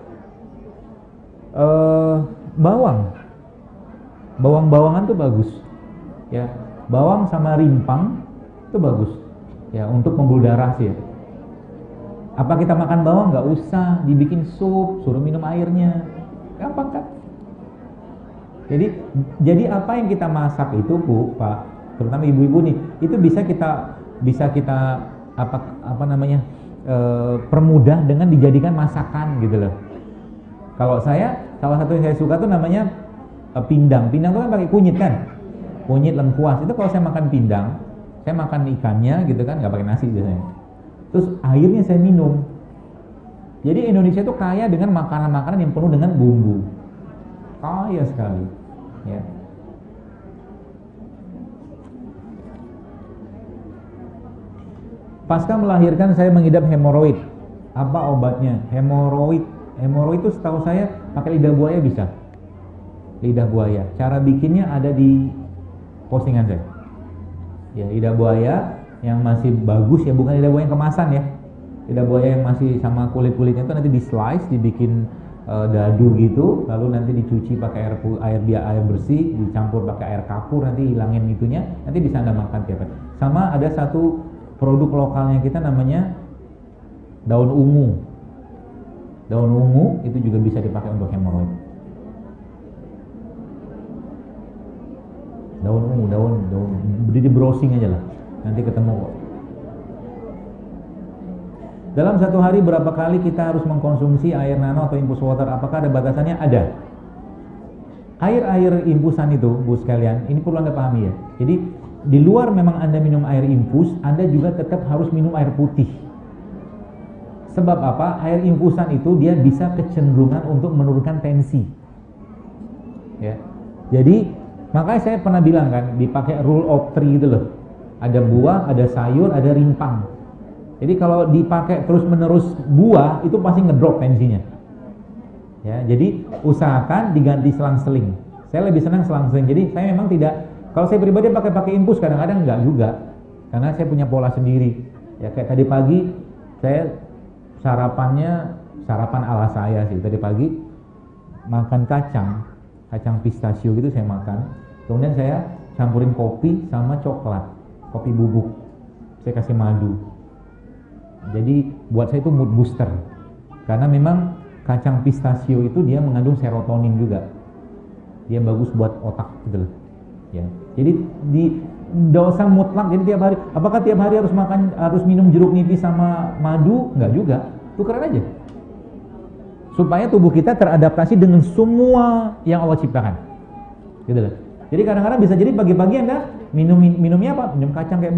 C: Uh, bawang, bawang-bawangan tuh bagus, ya. Bawang sama rimpang itu bagus, ya, untuk pembuluh darah sih. Ya. Apa kita makan bawang? Nggak usah, dibikin sup, suruh minum airnya, gampang kan? Jadi, jadi apa yang kita masak itu, Bu, Pak, terutama ibu-ibu nih, itu bisa kita bisa kita apa apa namanya e, permudah dengan dijadikan masakan gitu loh. Kalau saya, salah satu yang saya suka tuh namanya e, pindang. Pindang itu kan pakai kunyit kan, kunyit lengkuas. Itu kalau saya makan pindang, saya makan ikannya gitu kan, nggak pakai nasi biasanya. Terus airnya saya minum. Jadi Indonesia itu kaya dengan makanan-makanan yang penuh dengan bumbu, kaya sekali. Ya. Pasca melahirkan saya mengidap hemoroid. Apa obatnya? Hemoroid, hemoroid itu setahu saya pakai lidah buaya bisa. Lidah buaya. Cara bikinnya ada di postingan saya. Ya, lidah buaya yang masih bagus ya, bukan lidah buaya yang kemasan ya. Lidah buaya yang masih sama kulit-kulitnya itu nanti di slice, dibikin uh, dadu gitu, lalu nanti dicuci pakai air air biar air bersih, dicampur pakai air kapur, nanti hilangin itunya, nanti bisa Anda makan tiap hari. Sama ada satu produk lokalnya kita namanya daun ungu. Daun ungu itu juga bisa dipakai untuk hemoroid. Daun ungu, daun daun beri di browsing aja lah, nanti ketemu kok. Dalam satu hari berapa kali kita harus mengkonsumsi air nano atau infus water? Apakah ada batasannya? Ada. air-air infusan itu, Bu sekalian, ini perlu Anda pahami ya. Jadi di luar memang Anda minum air infus, Anda juga tetap harus minum air putih. Sebab apa? Air infusan itu dia bisa kecenderungan untuk menurunkan tensi. Ya. Jadi makanya saya pernah bilang kan, dipakai rule of three gitu loh. Ada buah, ada sayur, ada rimpang. Jadi kalau dipakai terus-menerus buah itu pasti ngedrop tensinya. Ya, jadi usahakan diganti selang-seling. Saya lebih senang selang-seling. Jadi saya memang tidak, kalau saya pribadi pakai pakai infus kadang-kadang enggak juga. Karena saya punya pola sendiri. Ya kayak tadi pagi saya sarapannya sarapan ala saya sih. Tadi pagi makan kacang, kacang pistachio gitu saya makan. Kemudian saya campurin kopi sama coklat, kopi bubuk. Saya kasih madu. Jadi buat saya itu mood booster. Karena memang kacang pistachio itu dia mengandung serotonin juga. Dia bagus buat otak gitu loh. Ya. Jadi di dosa mutlak jadi tiap hari. Apakah tiap hari harus makan harus minum jeruk nipis sama madu? Enggak juga. Tukeran aja. Supaya tubuh kita teradaptasi dengan semua yang Allah ciptakan. Gitu loh. Jadi kadang-kadang bisa jadi pagi-pagi Anda minum minumnya apa? Minum kacang kayak